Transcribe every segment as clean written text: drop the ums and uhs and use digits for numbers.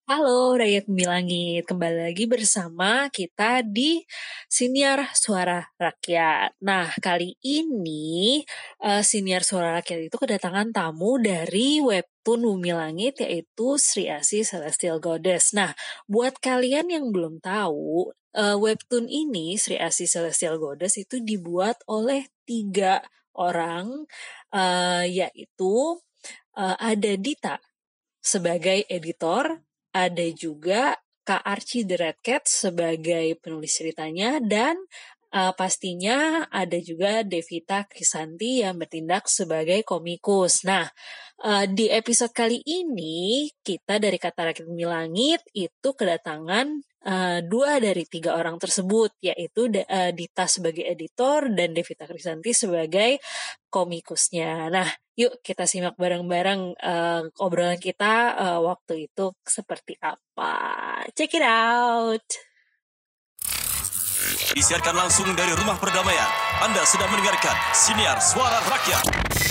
Halo Rakyat Bumi Langit, kembali lagi bersama kita di Siniar Suara Rakyat. Nah, kali ini Siniar Suara Rakyat itu kedatangan tamu dari webtoon Bumi Langit, yaitu Sri Asih Celestial Goddess. Nah, buat kalian yang belum tahu, webtoon ini, Sri Asih Celestial Goddess, itu dibuat oleh 3 orang, yaitu ada Dita sebagai editor, ada juga Kak Archie The Red Cat sebagai penulis ceritanya, dan pastinya ada juga Devita Krisanti yang bertindak sebagai komikus. Nah, di episode kali ini kita dari Kata Rakyat Bumi Langit itu kedatangan 2 dari 3 orang tersebut, yaitu Dita sebagai editor dan Devita Krisanti sebagai komikusnya. Nah, yuk kita simak bareng-bareng obrolan kita waktu itu seperti apa. Check it out! Disiarkan langsung dari Rumah Perdamaian. Anda sedang mendengarkan Siniar Suara Rakyat.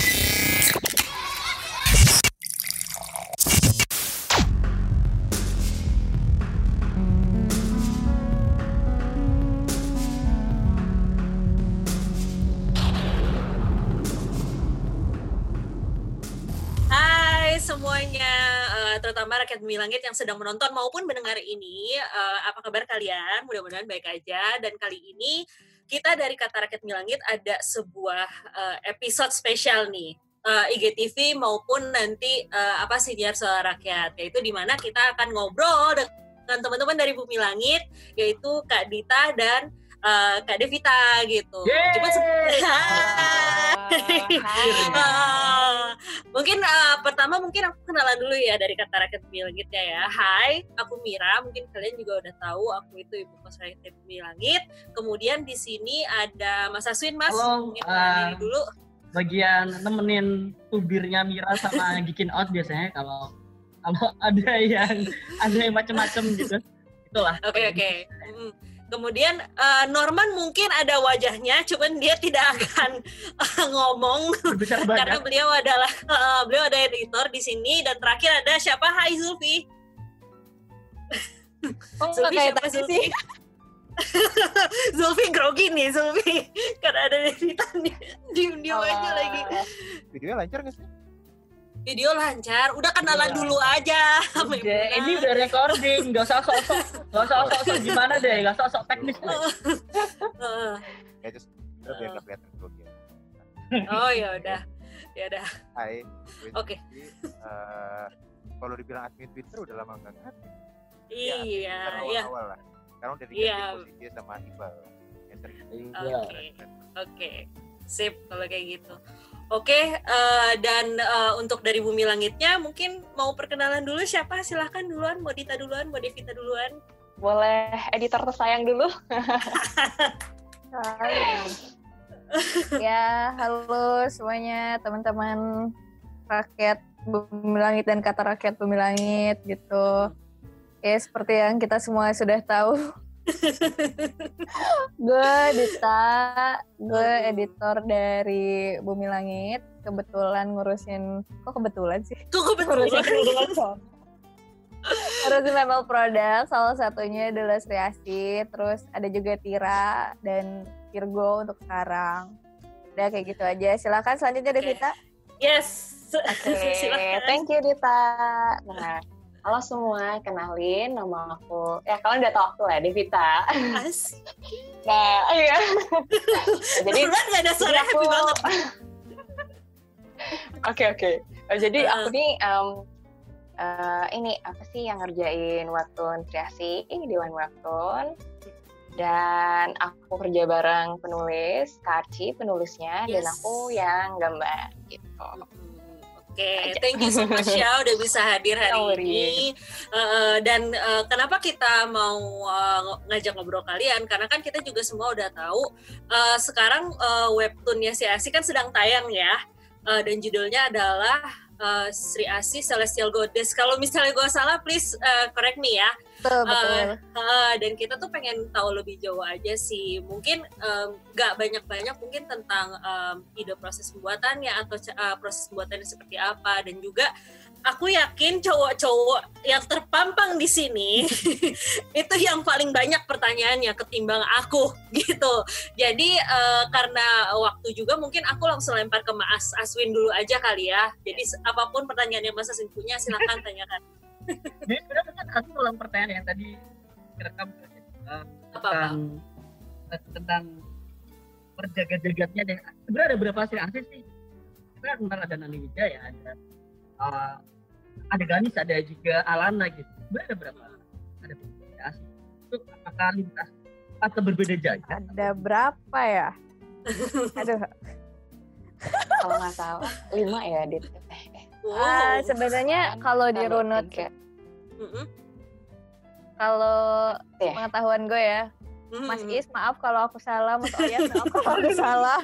Semuanya, terutama Rakyat Bumi Langit yang sedang menonton maupun mendengar ini, apa kabar kalian? Mudah-mudahan baik aja. Dan kali ini kita dari Kata Rakyat Bumi Langit ada sebuah episode spesial nih, IGTV maupun nanti Siniar Suara Rakyat, yaitu di mana kita akan ngobrol dengan teman-teman dari Bumi Langit, yaitu Kak Dita dan Kak Devita gitu. Coba mungkin pertama mungkin aku kenalan dulu ya dari Kata Rakyat Bumi Langitnya ya. Hai, aku Mira. Mungkin kalian juga udah tahu aku itu ibu kos Rakyat Bumi Langit. Kemudian di sini ada Mas Aswin, Mas. Halo, mungkin diri dulu. Bagian nemenin tubirnya Mira sama Geekin Out biasanya kalau ada yang macam-macam gitu. Itulah. Oke. Kemudian Norman mungkin ada wajahnya, cuman dia tidak akan ngomong karena beliau adalah editor di sini. Dan terakhir ada siapa? Hai Zulfi. Zulfi siapa Zulfi? Zulfi grogi nih Zulfi karena ada editannya. Diem aja lagi. Videonya lancar nggak sih? Video lancar, udah kenalan dulu aja. Ini udah recording, nggak usah sok gimana deh, nggak sok teknis. Ya terus biar nggak kelihatan grogi. Oh ya udah. Hai. Oke. Kalau dibilang admin Twitter udah lama nggak admin. Iya. Awal lah. Sekarang udah diganti posisi sama Iqbal. Oke. Sip kalau kayak gitu. Oke, dan untuk dari Bumi Langitnya mungkin mau perkenalan dulu siapa? Silahkan duluan, mau Dita duluan, mau Devita duluan. Boleh editor tersayang dulu. Ya, halo semuanya teman-teman Rakyat Bumi Langit dan Kata Rakyat Bumi Langit gitu. Seperti yang kita semua sudah tahu. Gue Dita, gue editor dari Bumi Langit. Kebetulan ngurusin memang produk, salah satunya adalah Sri Asih, terus ada juga Tira dan Virgo untuk sekarang. Udah kayak gitu aja. Silakan selanjutnya Devita. Yes. Silakan. Thank you Dita. Nah, halo semua, kenalin nama aku. Ya kalian udah tahu aku lah, Devita. Asik. Nah, iya. Jadi nggak ada suara happy banget. Oke. Jadi aku nih ini apa sih yang ngerjain webtoon Sri Asih di One Webtoon. Dan aku kerja bareng penulis, Kak Archie penulisnya, dan aku yang gambar gitu. Oke, thank you so much ya udah bisa hadir hari ini. Dan kenapa kita mau ngajak ngobrol kalian? Karena kan kita juga semua udah tahu sekarang webtoonnya Sri Asih kan sedang tayang ya. Dan judulnya adalah Sri Asih Celestial Goddess. Kalau misalnya gue salah, please correct me ya. Betul. Dan kita tuh pengen tahu lebih jauh aja sih. Mungkin nggak banyak-banyak mungkin tentang ide proses pembuatannya atau proses pembuatannya seperti apa, dan juga aku yakin cowok-cowok yang terpampang di sini itu yang paling banyak pertanyaannya ketimbang aku gitu. Jadi karena waktu juga mungkin aku langsung lempar ke Mas Aswin dulu aja kali ya. Jadi apapun pertanyaan yang Mas Aswin punya silakan tanyakan. Jadi sebenarnya kan aku ulang pertanyaan yang tadi direkam tentang perjaga-jagatnya deh. Sebenarnya ada berapa Sri Asih sih? Sebenarnya tentang ada Nani Wijaya, ada Ganis, ada juga Alana gitu. Sebenarnya ada berapa? Ada Sri Asih. Itu apakah lintas atau berbeda jagat? Ada berapa ya? Aduh. Kalau nggak salah 5 ya, Dit. Sebenarnya kalau dirunut kalau pengetahuan gue ya, Mas Is maaf kalau aku salah, Mas Oyas maaf kalau aku salah.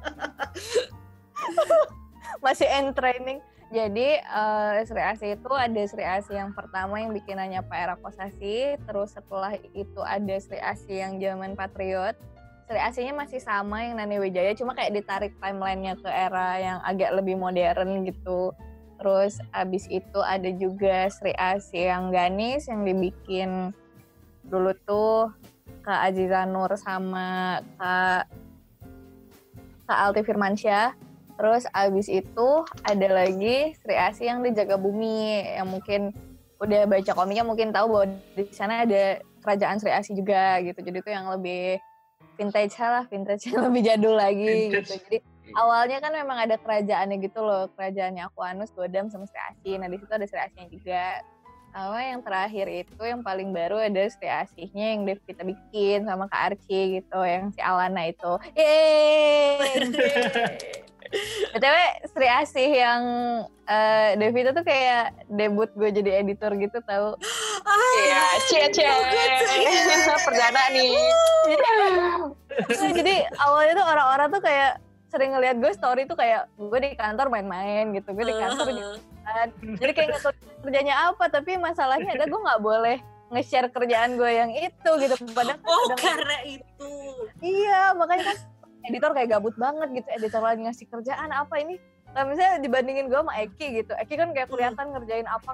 Masih in training. Jadi Sri Asih itu ada Sri Asih yang pertama yang bikinannya Pak Era Kosasi, terus setelah itu ada Sri Asih yang zaman Patriot. Sri Asihnya masih sama yang Nani Wijaya, cuma kayak ditarik timelinenya ke era yang agak lebih modern gitu. Terus abis itu ada juga Sri Asih yang Ganis yang dibikin dulu tuh Kak Aziza Nur sama Kak Alti Firmansyah. Terus abis itu ada lagi Sri Asih yang di Jaga Bumi yang mungkin udah baca komiknya mungkin tahu bahwa di sana ada kerajaan Sri Asih juga gitu. Jadi itu yang lebih vintage yang lebih jadul lagi gitu. Jadi awalnya kan memang ada kerajaannya gitu loh, kerajaannya Aquanus, Godam, sama Sri Asih. Nah di situ ada Sri Asihnya juga. Sama yang terakhir itu yang paling baru ada Sri Asihnya yang Devita bikin sama Kak Archie gitu, yang si Alana itu. Yeay! BTW Sri Asih yang Devita tuh kayak debut gue jadi editor gitu tahu. Iya, cie. Perdana nih. Jadi awalnya tuh orang-orang tuh kayak sering ngeliat gue story tuh kayak gue di kantor main-main gitu, gue di kantor jadi kayak nggak kerjanya apa, tapi masalahnya ada gue nggak boleh nge-share kerjaan gue yang itu gitu. Padahal karena itu. Iya, makanya kan editor kayak gabut banget gitu, editor lagi ngasih kerjaan apa ini. Nah misalnya dibandingin gue sama Eki gitu, Eki kan kayak kelihatan ngerjain apa.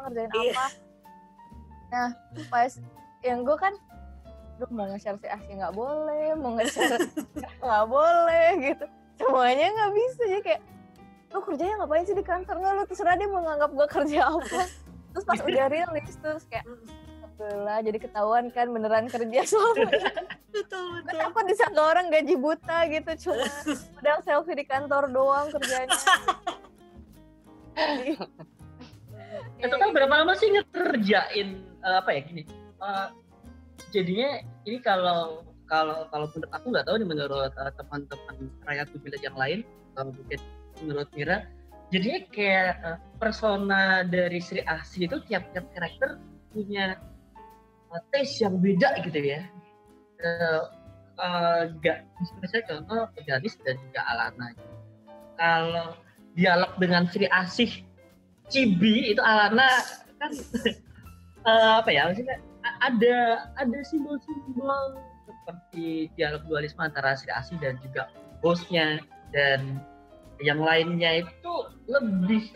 Nah pas yang gue kan, mau nge-share si Asih nggak boleh, mau nge-share nggak boleh gitu. Semuanya nggak bisa, jadi kayak lu kerjanya ngapain sih di kantor, nggak lu terserah dia mau nganggap gue kerja apa. Terus pas udah rilis terus kayak alhamdulillah jadi ketahuan kan beneran kerja selama ini. Betul. Kenapa disangka orang gaji buta gitu, cuma udah selfie di kantor doang kerjanya. Itu kan berapa lama sih ngerjain jadinya ini kalau menurut aku nggak tahu nih, menurut teman-teman rakyat Village yang lain, kalau mungkin menurut Mira, jadinya kayak persona dari Sri Asih itu tiap-tiap karakter punya taste yang beda gitu ya. Misalnya contoh Ganis dan juga Alana. Kalau dialog dengan Sri Asih Cibi itu Alana kan maksudnya ada simbol-simbol seperti dialog dualisme antara Sri Asih dan juga bosnya dan yang lainnya itu lebih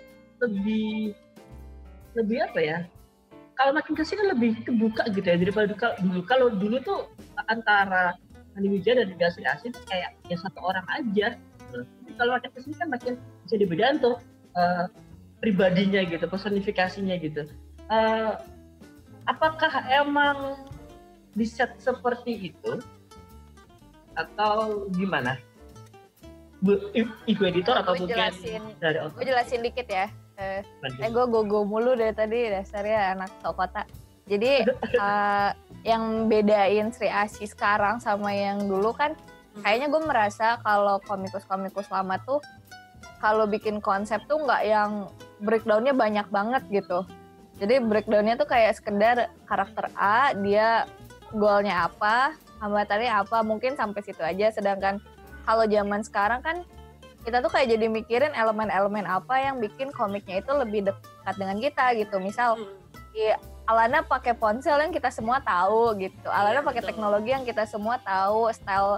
apa ya? Kalau makin kesini lebih kebuka gitu ya daripada dulu. Kalau dulu tuh antara Nani Wijaya dan juga Sri Asih itu kayak ya satu orang aja. Tapi kalau makin kesini kan makin bisa dibedakan tuh pribadinya gitu, personifikasinya gitu. Apakah emang di set seperti itu atau gimana? Ibu editor atau mungkin dari author? Gue jelasin dikit ya. Gue gogo mulu dari tadi, dasarnya anak kota. Jadi yang bedain Sri Asih sekarang sama yang dulu kan, kayaknya gue merasa kalau komikus lama tuh kalau bikin konsep tuh nggak yang breakdownnya banyak banget gitu. Jadi breakdownnya tuh kayak sekedar karakter A, dia goalnya apa, hambatannya apa, mungkin sampai situ aja. Sedangkan kalau zaman sekarang kan kita tuh kayak jadi mikirin elemen-elemen apa yang bikin komiknya itu lebih dekat dengan kita gitu. Misal Alana pakai ponsel yang kita semua tahu gitu. Alana pakai teknologi yang kita semua tahu, style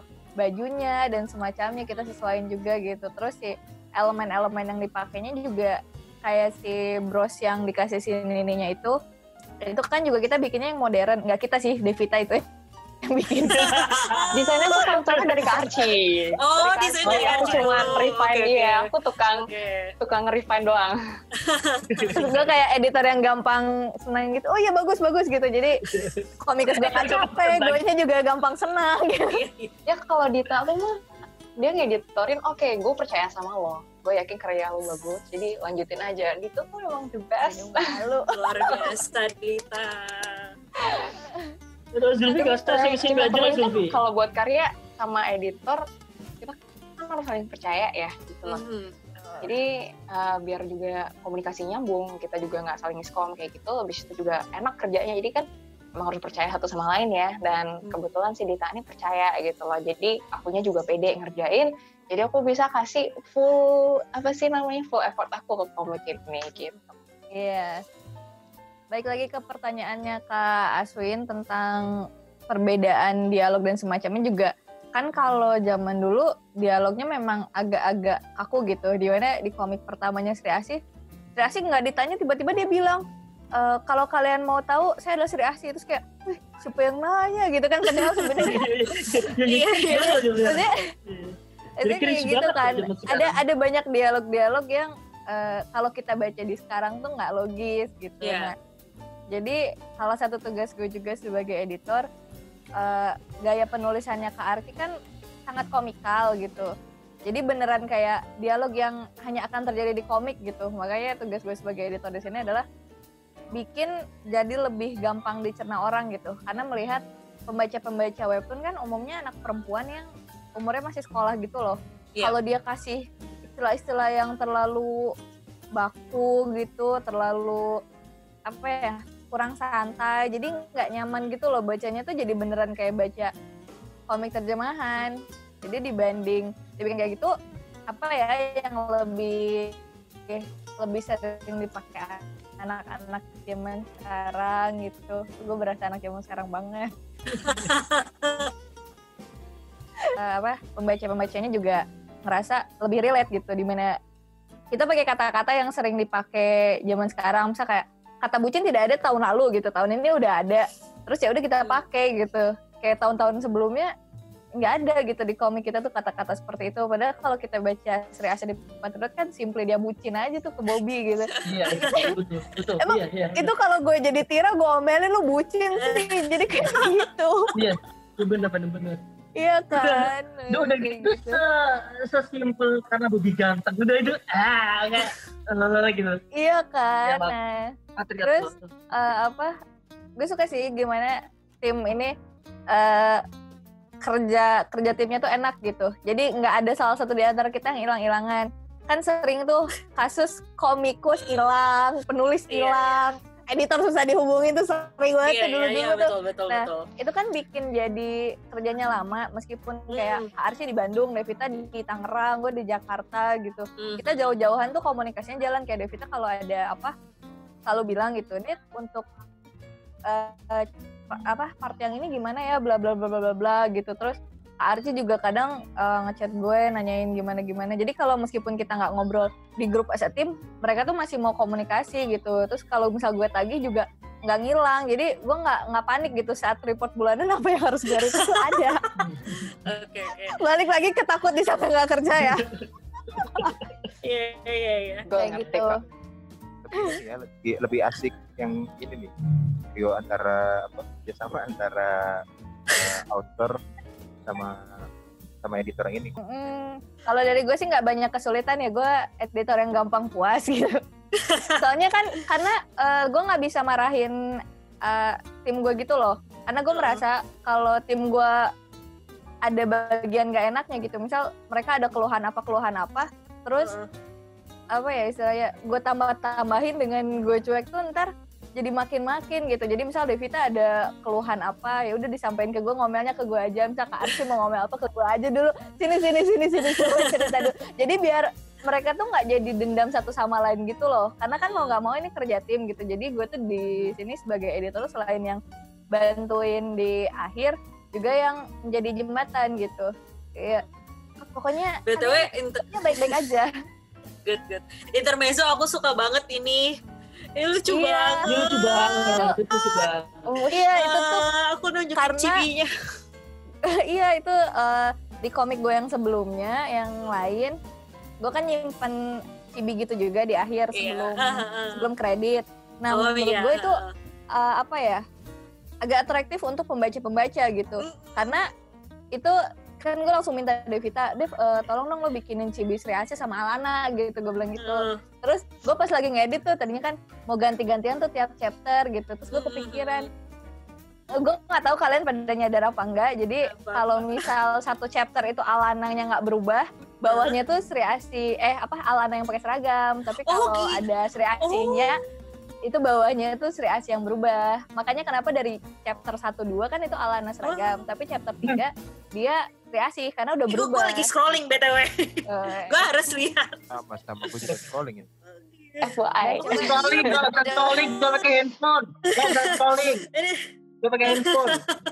bajunya dan semacamnya kita sesuaiin juga gitu. Terus si elemen-elemen yang dipakainya juga kayak si bros yang dikasih si Nininya itu kan juga kita bikinnya yang modern. Nggak kita sih, Devita itu yang bikin. Desainnya tuh contohnya dari Kak Arci. Oh, Dari Kak desain Arci. dari Aku Arci. cuma Oh, refine oke, dia. oke. Aku tukang refine doang. Terus gue kayak editor yang gampang senang gitu. Oh iya bagus gitu. Jadi komikus gue kan capek, gue juga gampang senang gitu. Ya kalau Dita tuh mah dia ngeditorin, oke, gue percaya sama lo. Gue yakin karya lo bagus, jadi lanjutin aja. Dita tuh emang the best. Malu. Luar biasa Dita. Terus Zulfi nggak usah sing aja lah Zulfi. Kalau buat karya sama editor, kita kan harus saling percaya ya gitu loh. Jadi biar juga komunikasi nyambung, kita juga nggak saling miskom kayak gitu, habis itu juga enak kerjanya. Jadi kan emang harus percaya satu sama lain ya, dan kebetulan si Dita ini percaya gitu loh. Jadi akunya juga pede ngerjain, jadi aku bisa kasih full effort aku ke komik ini gitu. Iya. Baik lagi ke pertanyaannya Kak Aswin tentang perbedaan dialog dan semacamnya juga. Kan kalau zaman dulu dialognya memang agak-agak kaku gitu. Di mana di komik pertamanya Sri Asih nggak ditanya, tiba-tiba dia bilang, kalau kalian mau tahu saya adalah Sri Asih. Terus kayak, wih siapa yang nanya gitu kan. Padahal sebenarnya maksudnya kayak gitu kan. Ada banyak dialog-dialog yang kalau kita baca di sekarang tuh nggak logis gitu. Yeah. Nah, jadi salah satu tugas gue juga sebagai editor, gaya penulisannya Kak Arki kan sangat komikal gitu. Jadi beneran kayak dialog yang hanya akan terjadi di komik gitu. Makanya tugas gue sebagai editor di sini adalah bikin jadi lebih gampang dicerna orang gitu. Karena melihat pembaca webtoon kan umumnya anak perempuan yang umurnya masih sekolah gitu loh. Yeah. Kalau dia kasih istilah-istilah yang terlalu baku gitu, terlalu kurang santai, jadi nggak nyaman gitu loh bacanya tuh, jadi beneran kayak baca komik terjemahan. Jadi dibikin kayak gitu yang lebih sering dipakai anak-anak zaman sekarang gitu. Gue berasa anak zaman sekarang banget. Pembacanya juga ngerasa lebih relate gitu, dimana kita pakai kata-kata yang sering dipakai zaman sekarang, misal kayak kata bucin tidak ada tahun lalu gitu, tahun ini udah ada, terus ya udah kita pakai gitu. Kayak tahun-tahun sebelumnya nggak ada gitu di komik kita tuh kata-kata seperti itu. Padahal kalau kita baca Sri Asih di Patriot kan simply dia bucin aja tuh ke Bobby gitu. Iya, betul. Emang iya. itu kalau gue jadi Tira gue omelin lu bucin sih, jadi kayak gitu. Iya, bener. Iya kan. Udah gitu sesimpel karena Bobby ganteng. Udah itu kayak gitu. Iya kan. Ya, Nah, Patriot terus tuh. gue suka sih gimana tim ini kerja timnya tuh enak gitu. Jadi nggak ada salah satu di antara kita yang hilang-hilangan. Kan sering tuh kasus komikus hilang, penulis hilang, editor susah dihubungin tuh sering banget tuh dulu-dulu tuh. Betul. Itu kan bikin jadi kerjanya lama, meskipun kayak Arsi di Bandung, Devita di Tangerang, gue di Jakarta gitu. Kita jauh-jauhan tuh komunikasinya jalan. Kayak Devita kalau ada apa selalu bilang gitu, ini untuk part yang ini gimana ya, bla bla bla bla bla gitu. Terus Arci juga kadang ngechat gue nanyain gimana. Jadi kalau meskipun kita nggak ngobrol di grup as a team, mereka tuh masih mau komunikasi gitu. Terus kalau misal gue tagih juga nggak ngilang. Jadi gue nggak panik gitu saat report bulanan apa yang harus gue report tuh ada. Oke. Balik lagi ketakut di sampai nggak kerja ya. Iya. Gue Kayak ngerti gitu. kok. Tapi ini ya lebih asik yang ini nih, trio antara kerjasama antara author sama editor yang ini. Kalau dari gue sih nggak banyak kesulitan ya, gue editor yang gampang puas gitu. Soalnya kan karena gue nggak bisa marahin tim gue gitu loh, karena gue merasa kalau tim gue ada bagian nggak enaknya gitu, misal mereka ada keluhan apa, terus istilahnya gue tambahin dengan gue cuek tuh ntar jadi makin gitu. Jadi misal Devita ada keluhan apa, ya udah disampaikan ke gue, ngomelnya ke gue aja. Misal Kak Arsi mau ngomel apa, ke gue aja dulu. Sini cerita dulu. Jadi biar mereka tuh nggak jadi dendam satu sama lain gitu loh. Karena kan mau nggak mau ini kerja tim gitu. Jadi gue tuh di sini sebagai editor selain yang bantuin di akhir, juga yang menjadi jembatan gitu. Kayak pokoknya BTW baik-baik aja. good. Intermezzo aku suka banget ini. Ini lucu Iya. banget. Lucu banget, itu juga. Iya itu tuh Aku nunjukin karena- cibinya. iya itu di komik gue yang sebelumnya yang lain gue kan nyimpen chibi gitu juga di akhir sebelum kredit. Nah menurut gue itu apa ya agak atraktif untuk pembaca gitu karena itu kan gue langsung minta Devita, Dev tolong dong lo bikinin chibi Sri Asih sama Alana gitu, gue bilang gitu. Terus gue pas lagi ngedit tuh tadinya kan mau ganti-gantian tuh tiap chapter gitu, terus gue kepikiran gue nggak tahu kalian pada nyadar apa enggak, jadi kalau misal satu chapter itu Alananya nggak berubah, bawahnya tuh Sri Asih Alana yang pakai seragam, tapi kalau ada Sri Asihnya itu bawahnya tuh Sri Asih yang berubah. Makanya kenapa dari chapter 1-2 kan itu Alana seragam, tapi chapter 3 dia Sri Asih karena udah berubah. Gue lagi scrolling BTW. Gue harus lihat. Sama gue juga scrolling ya. FYI. Scrolling, gue pakai handphone. Gue pakai handphone.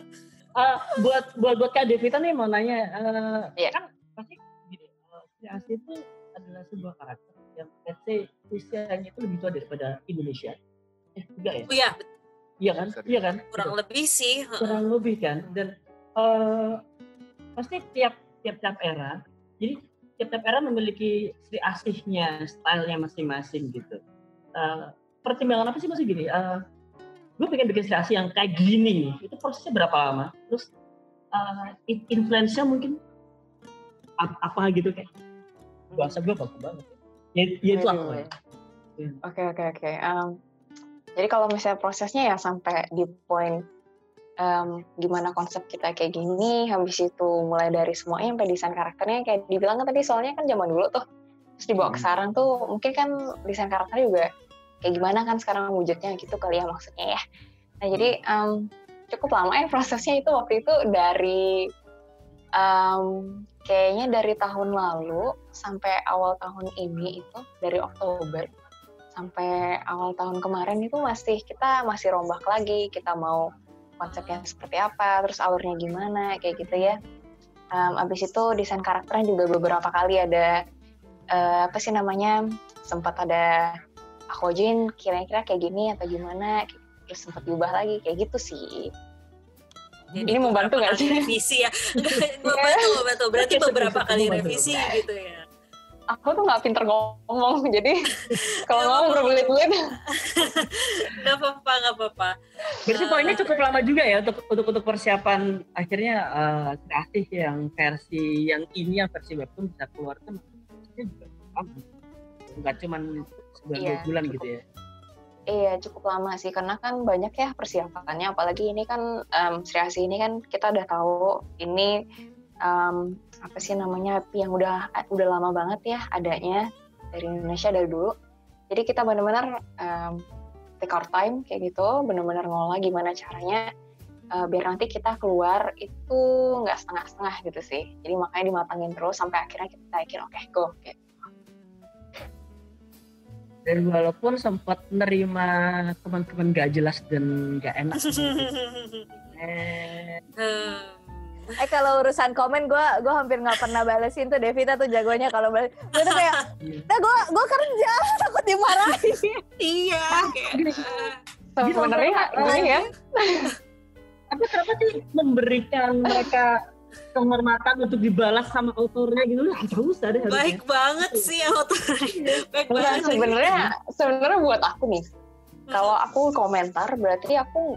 Buat Kak Devita nih mau nanya, kan pasti gini, Sri Asih itu adalah sebuah karakter yang let's say usianya itu lebih tua daripada Indonesia. Enggak ya? Oh iya, Iya kan? Iya kan? kurang lebih sih. Kurang lebih kan. Dan pasti tiap era, jadi tiap era memiliki Sri Asihnya, stylenya masing-masing gitu. Pertimbangan apa sih masih gini? Gue pengen bikin Sri Asih yang kayak gini, itu prosesnya berapa lama? Terus influence-nya mungkin apa gitu kayak bahasa gue bagus banget. Ya itu apa? Oke. Jadi kalau misalnya prosesnya ya sampai di poin gimana konsep kita kayak gini, habis itu mulai dari semuanya sampai desain karakternya kayak dibilang kan tadi, soalnya kan zaman dulu tuh terus dibawa ke sekarang tuh mungkin kan desain karakternya juga kayak gimana kan sekarang wujudnya gitu kali ya maksudnya ya. Nah jadi cukup lama ya prosesnya itu waktu itu dari kayaknya dari tahun lalu sampai awal tahun ini itu dari Oktober sampai awal tahun kemarin itu kita masih rombak lagi, kita mau konsepnya seperti apa, terus alurnya gimana kayak gitu ya. Abis itu desain karakternya juga beberapa kali ada sempat ada aku ajain kira-kira kayak gini atau gimana, terus sempat diubah lagi kayak gitu sih. Jadi ini membantu nggak sih? Revisi ya? Membantu. Berarti beberapa kali revisi gitu ya. Aku tuh nggak pinter ngomong, jadi kalau ngomong berbelit-belit. Nggak apa-apa. Berarti poinnya cukup lama juga ya untuk persiapan akhirnya Sri Asih yang versi yang ini yang versi webtoon bisa keluar kan juga lama. Nggak cuma sebulan 2 bulan gitu ya. Iya cukup lama sih karena kan banyak ya persiapannya, apalagi ini kan Sri Asih ini kan kita udah tahu ini yang udah lama banget ya adanya dari Indonesia dari dulu. Jadi kita benar-benar take our time kayak gitu, benar-benar ngolah gimana caranya biar nanti kita keluar itu nggak setengah-setengah gitu sih. Jadi makanya dimatangin terus sampai akhirnya kita yakin oke, go. Dan walaupun sempat menerima teman-teman gak jelas dan gak enak. Kalau urusan komen gue hampir nggak pernah balesin tuh. Devita tuh jagonya kalau bales. Gue tuh kayak, gue kerja takut dimarahin. Iya. Sebenarnya ini ya. Tapi kenapa sih memberikan mereka kehormatan untuk dibalas sama autornya gitu loh? Gak usah deh. Baik banget sih autornya. Baik banget. Sebenarnya buat aku nih, kalau aku komentar berarti aku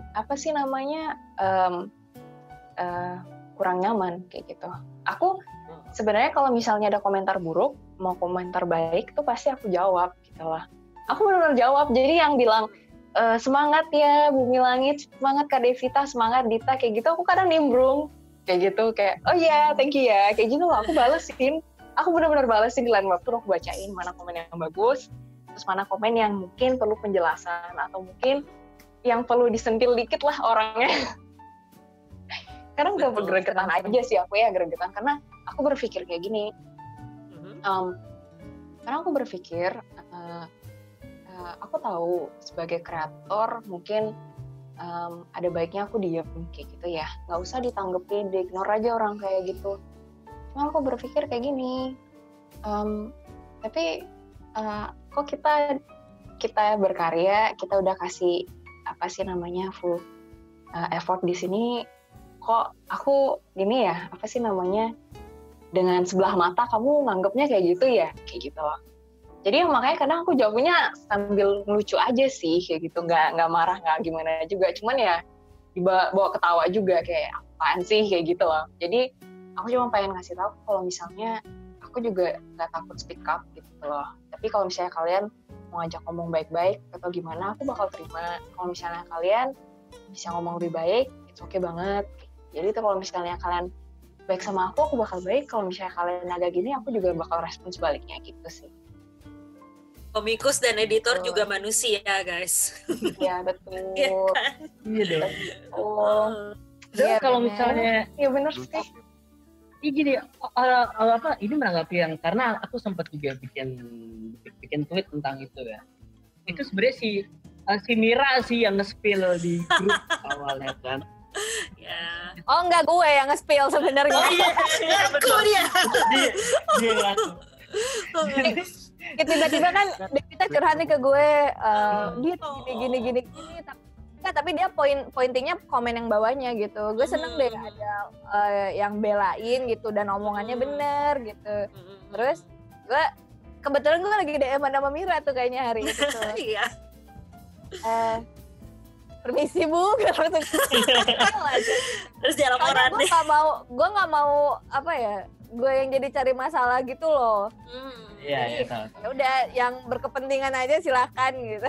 kurang nyaman kayak gitu. Aku sebenarnya kalau misalnya ada komentar buruk, mau komentar baik tuh pasti aku jawab gitu lah. Aku benar-benar jawab. Jadi yang bilang semangat ya Bumi Langit, semangat Kak Devita, semangat Dita kayak gitu, aku kadang nimbrung kayak gitu, kayak oh ya thank you ya kayak gitu loh. Aku balesin, aku benar-benar balesin di line webtoon, aku bacain mana komen yang bagus, terus mana komen yang mungkin perlu penjelasan atau mungkin yang perlu disentil dikit lah orangnya. Karena udah gregetan aja sih aku ya, gregetan karena aku berpikir kayak gini. Karena aku berpikir aku tahu sebagai kreator mungkin ada baiknya aku diem kayak gitu ya, nggak usah ditanggepi, di-ignore aja orang kayak gitu. Cuma aku berpikir kayak gini, tapi kok kita berkarya, kita udah kasih full effort di sini, kok aku gini ya, dengan sebelah mata kamu nganggapnya kayak gitu ya, kayak gitu loh. Jadi makanya kadang aku jawabnya sambil ngelucu aja sih, kayak gitu, nggak marah, nggak gimana juga, cuman ya bawa ketawa juga, kayak apaan sih, kayak gitu loh. Jadi aku cuma pengen ngasih tahu kalau misalnya aku juga nggak takut speak up gitu loh. Tapi kalau misalnya kalian mau ngajak ngomong baik-baik atau gimana, aku bakal terima. Kalau misalnya kalian bisa ngomong lebih baik, it's okay banget. Jadi itu kalau misalnya kalian baik sama aku bakal baik. Kalau misalnya kalian agak gini, aku juga bakal respon sebaliknya gitu sih. Komikus dan editor juga manusia, guys. Iya, betul. Iya kan? Iya dong. Oh. Dan kalau misalnya Iya benar sih. gini, ini menanggapi yang karena aku sempat juga bikin tweet tentang itu ya. Itu sebenarnya si Mira sih yang nge-spill di grup awalnya kan. Ya. Oh enggak, gue yang nge-spill sebenarnya. Oh iya, aku dia. Tiba-tiba kan Devita curhat nih ke gue, dia gini. Tapi dia pointingnya komen yang bawahnya gitu. Gue seneng deh ada yang belain gitu dan omongannya bener gitu. Terus gue kebetulan gue lagi DM sama Mira tuh kayaknya hari itu tuh. Iya. Permisi Bu, Terus dia laporan deh. Gue nggak mau apa ya, gue yang jadi cari masalah gitu loh. Iya. Ya udah, yang berkepentingan aja silakan gitu.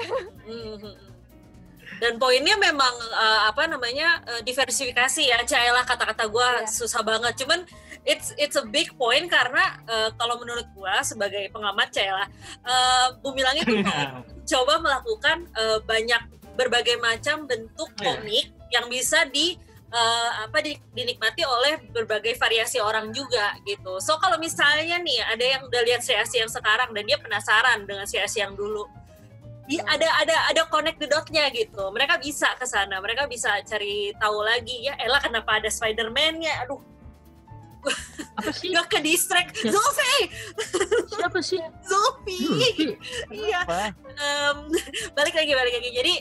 Dan poinnya memang diversifikasi ya. Caelah kata-kata gue susah banget. Cuman it's a big point karena kalau menurut gue sebagai pengamat Caelah, Bumi Langit tuh coba melakukan berbagai macam bentuk komik yang bisa dinikmati oleh berbagai variasi orang juga gitu. So kalau misalnya nih ada yang udah lihat Sri yang sekarang dan dia penasaran dengan Sri yang dulu, ada connect the dot-nya gitu. Mereka bisa ke sana, mereka bisa cari tahu lagi ya. Elah kenapa ada Spider-Man-nya? Aduh. Apa sih? Gak ke distract. Zulfi. Siapa sih? Zulfi. Iya. Balik lagi. Jadi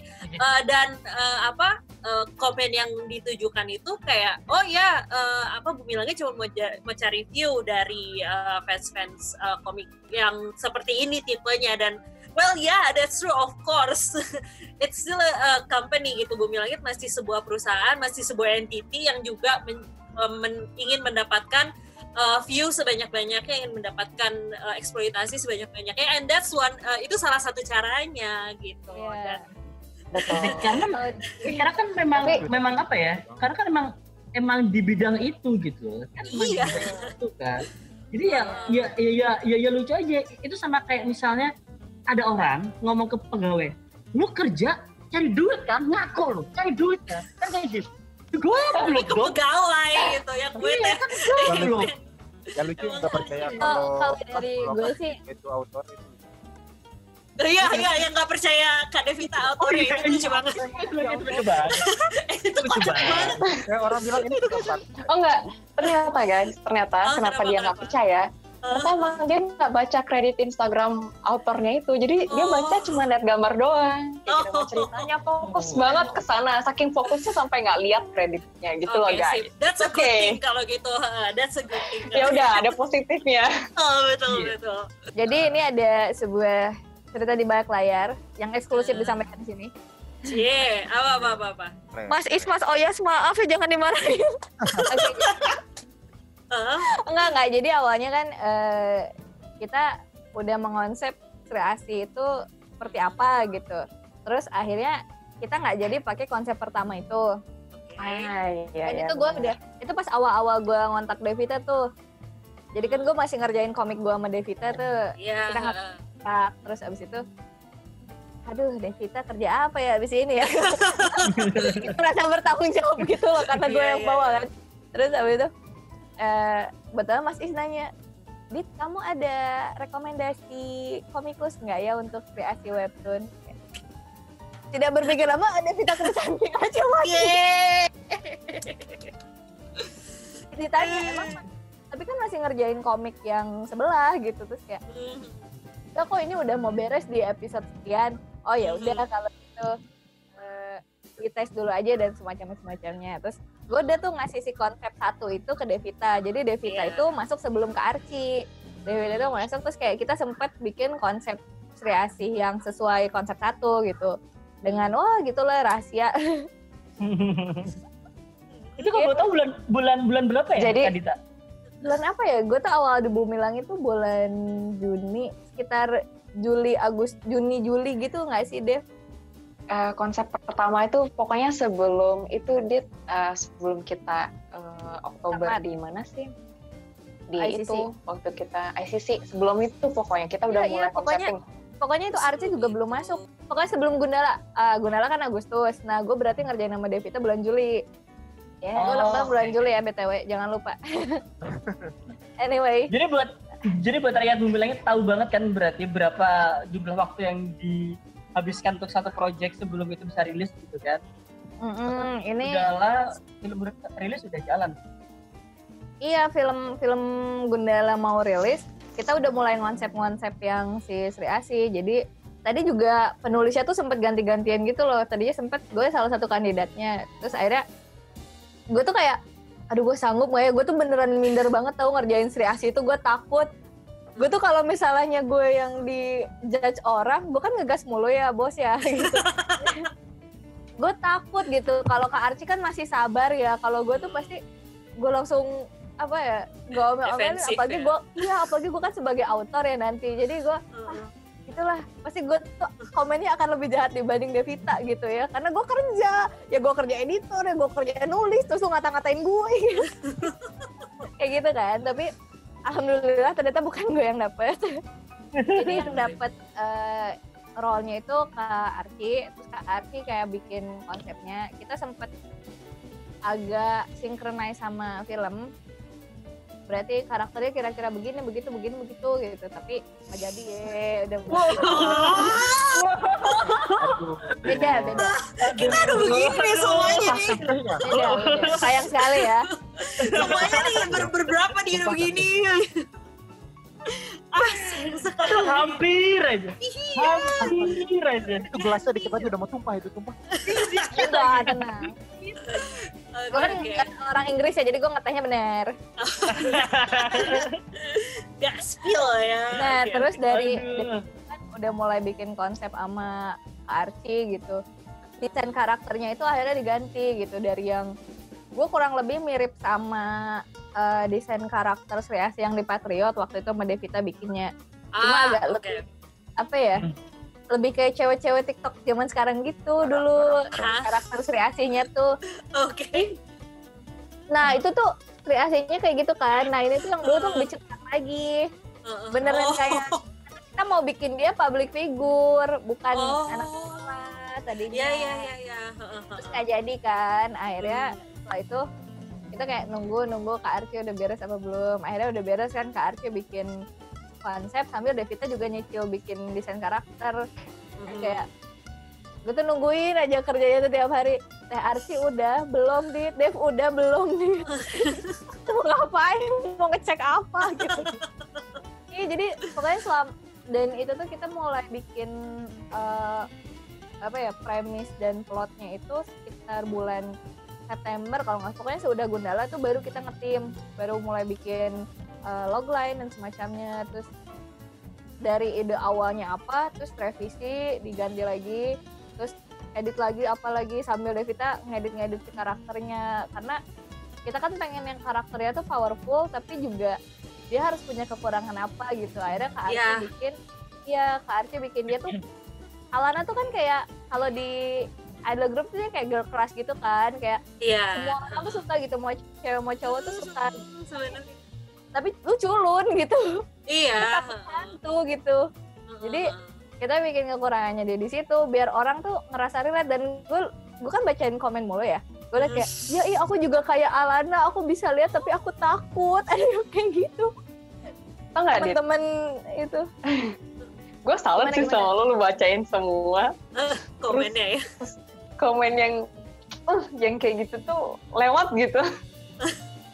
komen yang ditujukan itu kayak Bumi Langit cuma mau cari view dari fans komik yang seperti ini tipenya, dan well, yeah, that's true, of course. It's still a company gitu. Bumi Langit masih sebuah perusahaan, masih sebuah entity yang juga ingin mendapatkan view sebanyak-banyaknya, ingin mendapatkan eksploitasi sebanyak-banyaknya, and that's itu salah satu caranya gitu. Yeah. Karena kan memang apa ya? Karena kan emang di bidang itu gitu. Kan iya. Itu kan. Jadi ya lucu aja. Itu sama kayak misalnya ada orang ngomong ke pegawai, lu kerja cari duit kan, ngaku lu cari duit kan kayak gitu. Gue tapi ke pegawai gitu ya, gue yang lucu nggak percaya kalau dari gue sih itu autor itu. Iya, yang nggak percaya Kak Devita autornya itu lucu banget. Itu lucu banget. Itu kocak banget. Kayak orang bilang ini tempat. Oh enggak, ternyata kenapa dia nggak percaya? Ternyata emang dia nggak baca kredit Instagram autornya itu, jadi dia baca cuma lihat gambar doang. Ceritanya fokus banget ke sana, saking fokusnya sampai nggak lihat kreditnya gitu loh guys. That's a good thing kalau gitu. That's a good thing. Ya udah, ada positifnya. Oh betul. Jadi ini ada sebuah cerita di balik layar yang eksklusif disampaikan di sini. Cie, apa? Mas Ismas Oyas, maaf ya jangan dimarahin. Enggak. Jadi awalnya kan kita udah mengonsep kreasi itu seperti apa gitu. Terus akhirnya kita nggak jadi pakai konsep pertama itu. Itu gue udah, itu pas awal-awal gue ngontak Devita tuh. Jadi kan gue masih ngerjain komik gue sama Devita tuh. Kita ngontak, terus abis itu aduh Devita kerja apa ya abis ini ya. Merasa bertanggung jawab gitu loh karena gue yang bawa kan. Terus abis itu betul Mas Is nanya, Dit, kamu ada rekomendasi komikus nggak ya untuk kreasi webtoon? Tidak berpikir lama, ada Devita kesamping aja lagi. Ditanya emang, tapi kan masih ngerjain komik yang sebelah gitu, terus kayak "Lah kok ini udah mau beres di episode sekian." Oh ya udah kalau gitu dites dulu aja dan semacamnya. Terus gue udah tuh ngasih si konsep satu itu ke Devita. Jadi Devita itu masuk sebelum ke Archie. Devita itu masuk terus kayak kita sempat bikin konsep Sri Asih yang sesuai konsep satu gitu. Dengan gitulah rahasia. Itu kalau tau bulan berapa ya? Jadi Kadita? Bulan apa ya? Gue tuh awal di Bumilang itu bulan Juni, sekitar Juni Juli gitu nggak sih, Dev? konsep pertama itu pokoknya sebelum itu sebelum kita Oktober Tamat. di mana sih? Di ICC. itu waktu kita ICC sebelum itu pokoknya kita udah mulai konsepting. Pokoknya itu Archie juga belum masuk. Pokoknya sebelum Gundala. Gundala kan Agustus. Nah, gue berarti ngerjain nama Devita bulan Juli. Ya, gue ulang tahun bulan Juli ya BTW, jangan lupa. Anyway. Jadi buat rakyat Bumi Langit tahu banget kan berarti berapa jumlah waktu yang dihabiskan untuk satu project sebelum itu bisa rilis gitu kan? Ini Gundala film rilis udah jalan. iya, film Gundala mau rilis, kita udah mulai konsep-konsep yang si Sri Asih. Jadi tadi juga penulisnya tuh sempet ganti-gantian gitu loh. Tadinya sempet gue salah satu kandidatnya. Terus akhirnya gue tuh kayak, aduh gue sanggup gak ya? Gue tuh beneran minder banget tau ngerjain Sri Asih itu. Gue takut. Gue tuh kalau misalnya gue yang di judge orang, gue kan ngegas mulu ya bos ya gitu. Gue takut gitu. Kalau Kak Archie kan masih sabar ya. Kalau gue tuh pasti gue langsung apa ya, gue omel-omelin. Apalagi gue kan sebagai autor ya nanti. Jadi gue itulah pasti gue tuh komennya akan lebih jahat dibanding Devita gitu ya, karena gue kerja editor ya, gue kerja nulis, terus lu ngata-ngatain gue gitu. Kayak gitu kan. Tapi alhamdulillah ternyata bukan gue yang dapet. Jadi yang dapet role-nya itu Kak Archie. Terus Kak Archie kayak bikin konsepnya, kita sempet agak synchronize sama film. Berarti karakternya kira-kira begini, begitu gitu. Tapi nggak jadi ya, udah. Beda. Kita udah begini semuanya nih. Beda. Sayang sekali ya. Semuanya nih berberapa nih udah begini. Sayang sekali. Hampir aja. Itu gelasnya dikit lagi udah mau tumpah. Udah, tenang. Gue kan orang Inggris ya, jadi gue ngetehnya bener. Gak spill ya. Nah, Oke, terus oke. dari kan udah mulai bikin konsep sama Archie gitu. Desain karakternya itu akhirnya diganti gitu, dari yang gue kurang lebih mirip sama desain karakter Sri Asih yang di Patriot waktu itu sama Devita bikinnya. Cuma agak lebih apa ya? Lebih kayak cewek-cewek TikTok zaman sekarang gitu dulu. Karakter Sri Asihnya tuh. Oke. Nah, itu tuh Sri Asihnya kayak gitu kan. Nah, ini tuh yang dulu tuh lebih cepat lagi. Beneran kayak kita mau bikin dia public figure, bukan anak sekolah tadinya. Iya. Terus nggak jadi kan. Akhirnya setelah itu kita kayak nunggu Kak Archie udah beres apa belum. Akhirnya udah beres kan, Kak Archie bikin konsep sambil Devita juga nyicil bikin desain karakter. Kayak gue tuh nungguin aja kerjanya tuh tiap hari. Teh Archie udah belum di, Dev udah belum di. Mau ngapain, mau ngecek apa gitu. Iya, jadi pokoknya dan itu tuh kita mulai bikin premis dan plotnya itu sekitar bulan September kalau nggak, pokoknya sudah Gundala tuh baru kita ngetim, baru mulai bikin logline dan semacamnya. Terus dari ide awalnya apa, terus revisi, diganti lagi, terus edit lagi apalagi, sambil Devita ngedit si karakternya, karena kita kan pengen yang karakternya tuh powerful tapi juga dia harus punya kekurangan apa gitu. Akhirnya Kak Archie bikin dia tuh Alana tuh kan kayak kalau di idol group tuh dia kayak girl crush gitu kan, kayak semua orang tuh suka gitu, mau cewek mau cowok tuh suka. Tapi lu culun gitu. Iya. Hantu gitu. Jadi kita bikin kekurangannya dia di situ biar orang tuh ngerasa relate. Dan gue kan bacain komen mulu ya. Gue liat kayak, iya aku juga kayak Alana, aku bisa lihat tapi aku takut. Ada yang kayak gitu. Tau nggak, Dit? Temen-temen itu. Gue salut sih sama lu bacain semua komennya ya. Komen yang kayak gitu tuh lewat gitu.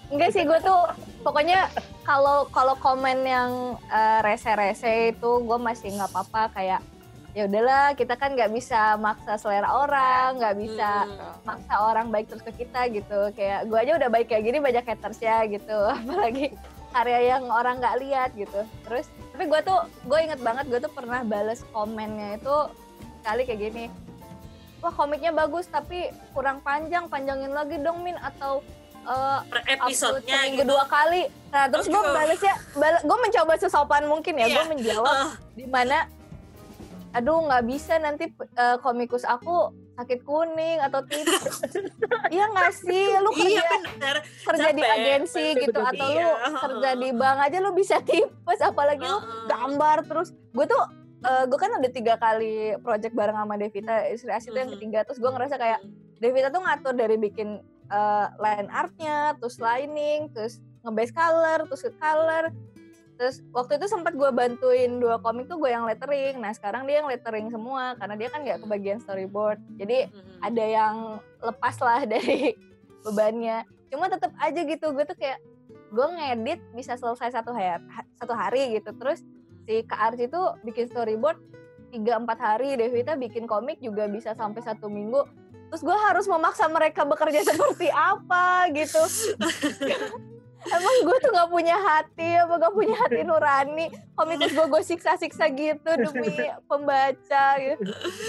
Enggak sih, gue tuh pokoknya kalau komen yang rese-rese itu gue masih nggak apa-apa, kayak ya udahlah, kita kan nggak bisa maksa selera orang, nggak bisa maksa orang baik terus ke kita gitu. Kayak gue aja udah baik kayak gini, banyak hatersnya gitu, apalagi karya yang orang nggak lihat gitu. Terus tapi gue inget banget, gue tuh pernah bales komennya itu kali kayak gini, wah komiknya bagus tapi kurang panjangin lagi dong Min, atau per episodenya seminggu gitu. 2 kali. Nah terus gue balesnya, gue mencoba sesopan mungkin ya, gue menjawab di mana, aduh nggak bisa nanti komikus aku sakit kuning atau tipes. Iya nggak sih, lu kerja di agensi gitu, atau lu kerja di bank aja lu bisa tipes, apalagi lu gambar terus. Gue kan ada 3 kali project bareng sama Devita, Istri Asih itu yang ketiga. Terus gue ngerasa kayak Devita tuh ngatur dari bikin line artnya, terus lining, terus nge-base color, terus ke color. Terus waktu itu sempat gue bantuin 2 komik tuh gue yang lettering. Nah sekarang dia yang lettering semua karena dia kan nggak kebagian storyboard. Jadi ada yang lepas lah dari bebannya. Cuma tetap aja gitu, gue tuh kayak gue ngedit bisa selesai satu hari gitu. Terus si Kak Arci tuh bikin storyboard 3-4 hari, Devita bikin komik juga bisa sampai 1 minggu. Terus gue harus memaksa mereka bekerja seperti apa gitu. Emang gue tuh gak punya hati, gak punya hati nurani. Komikus gue siksa-siksa gitu demi pembaca gitu.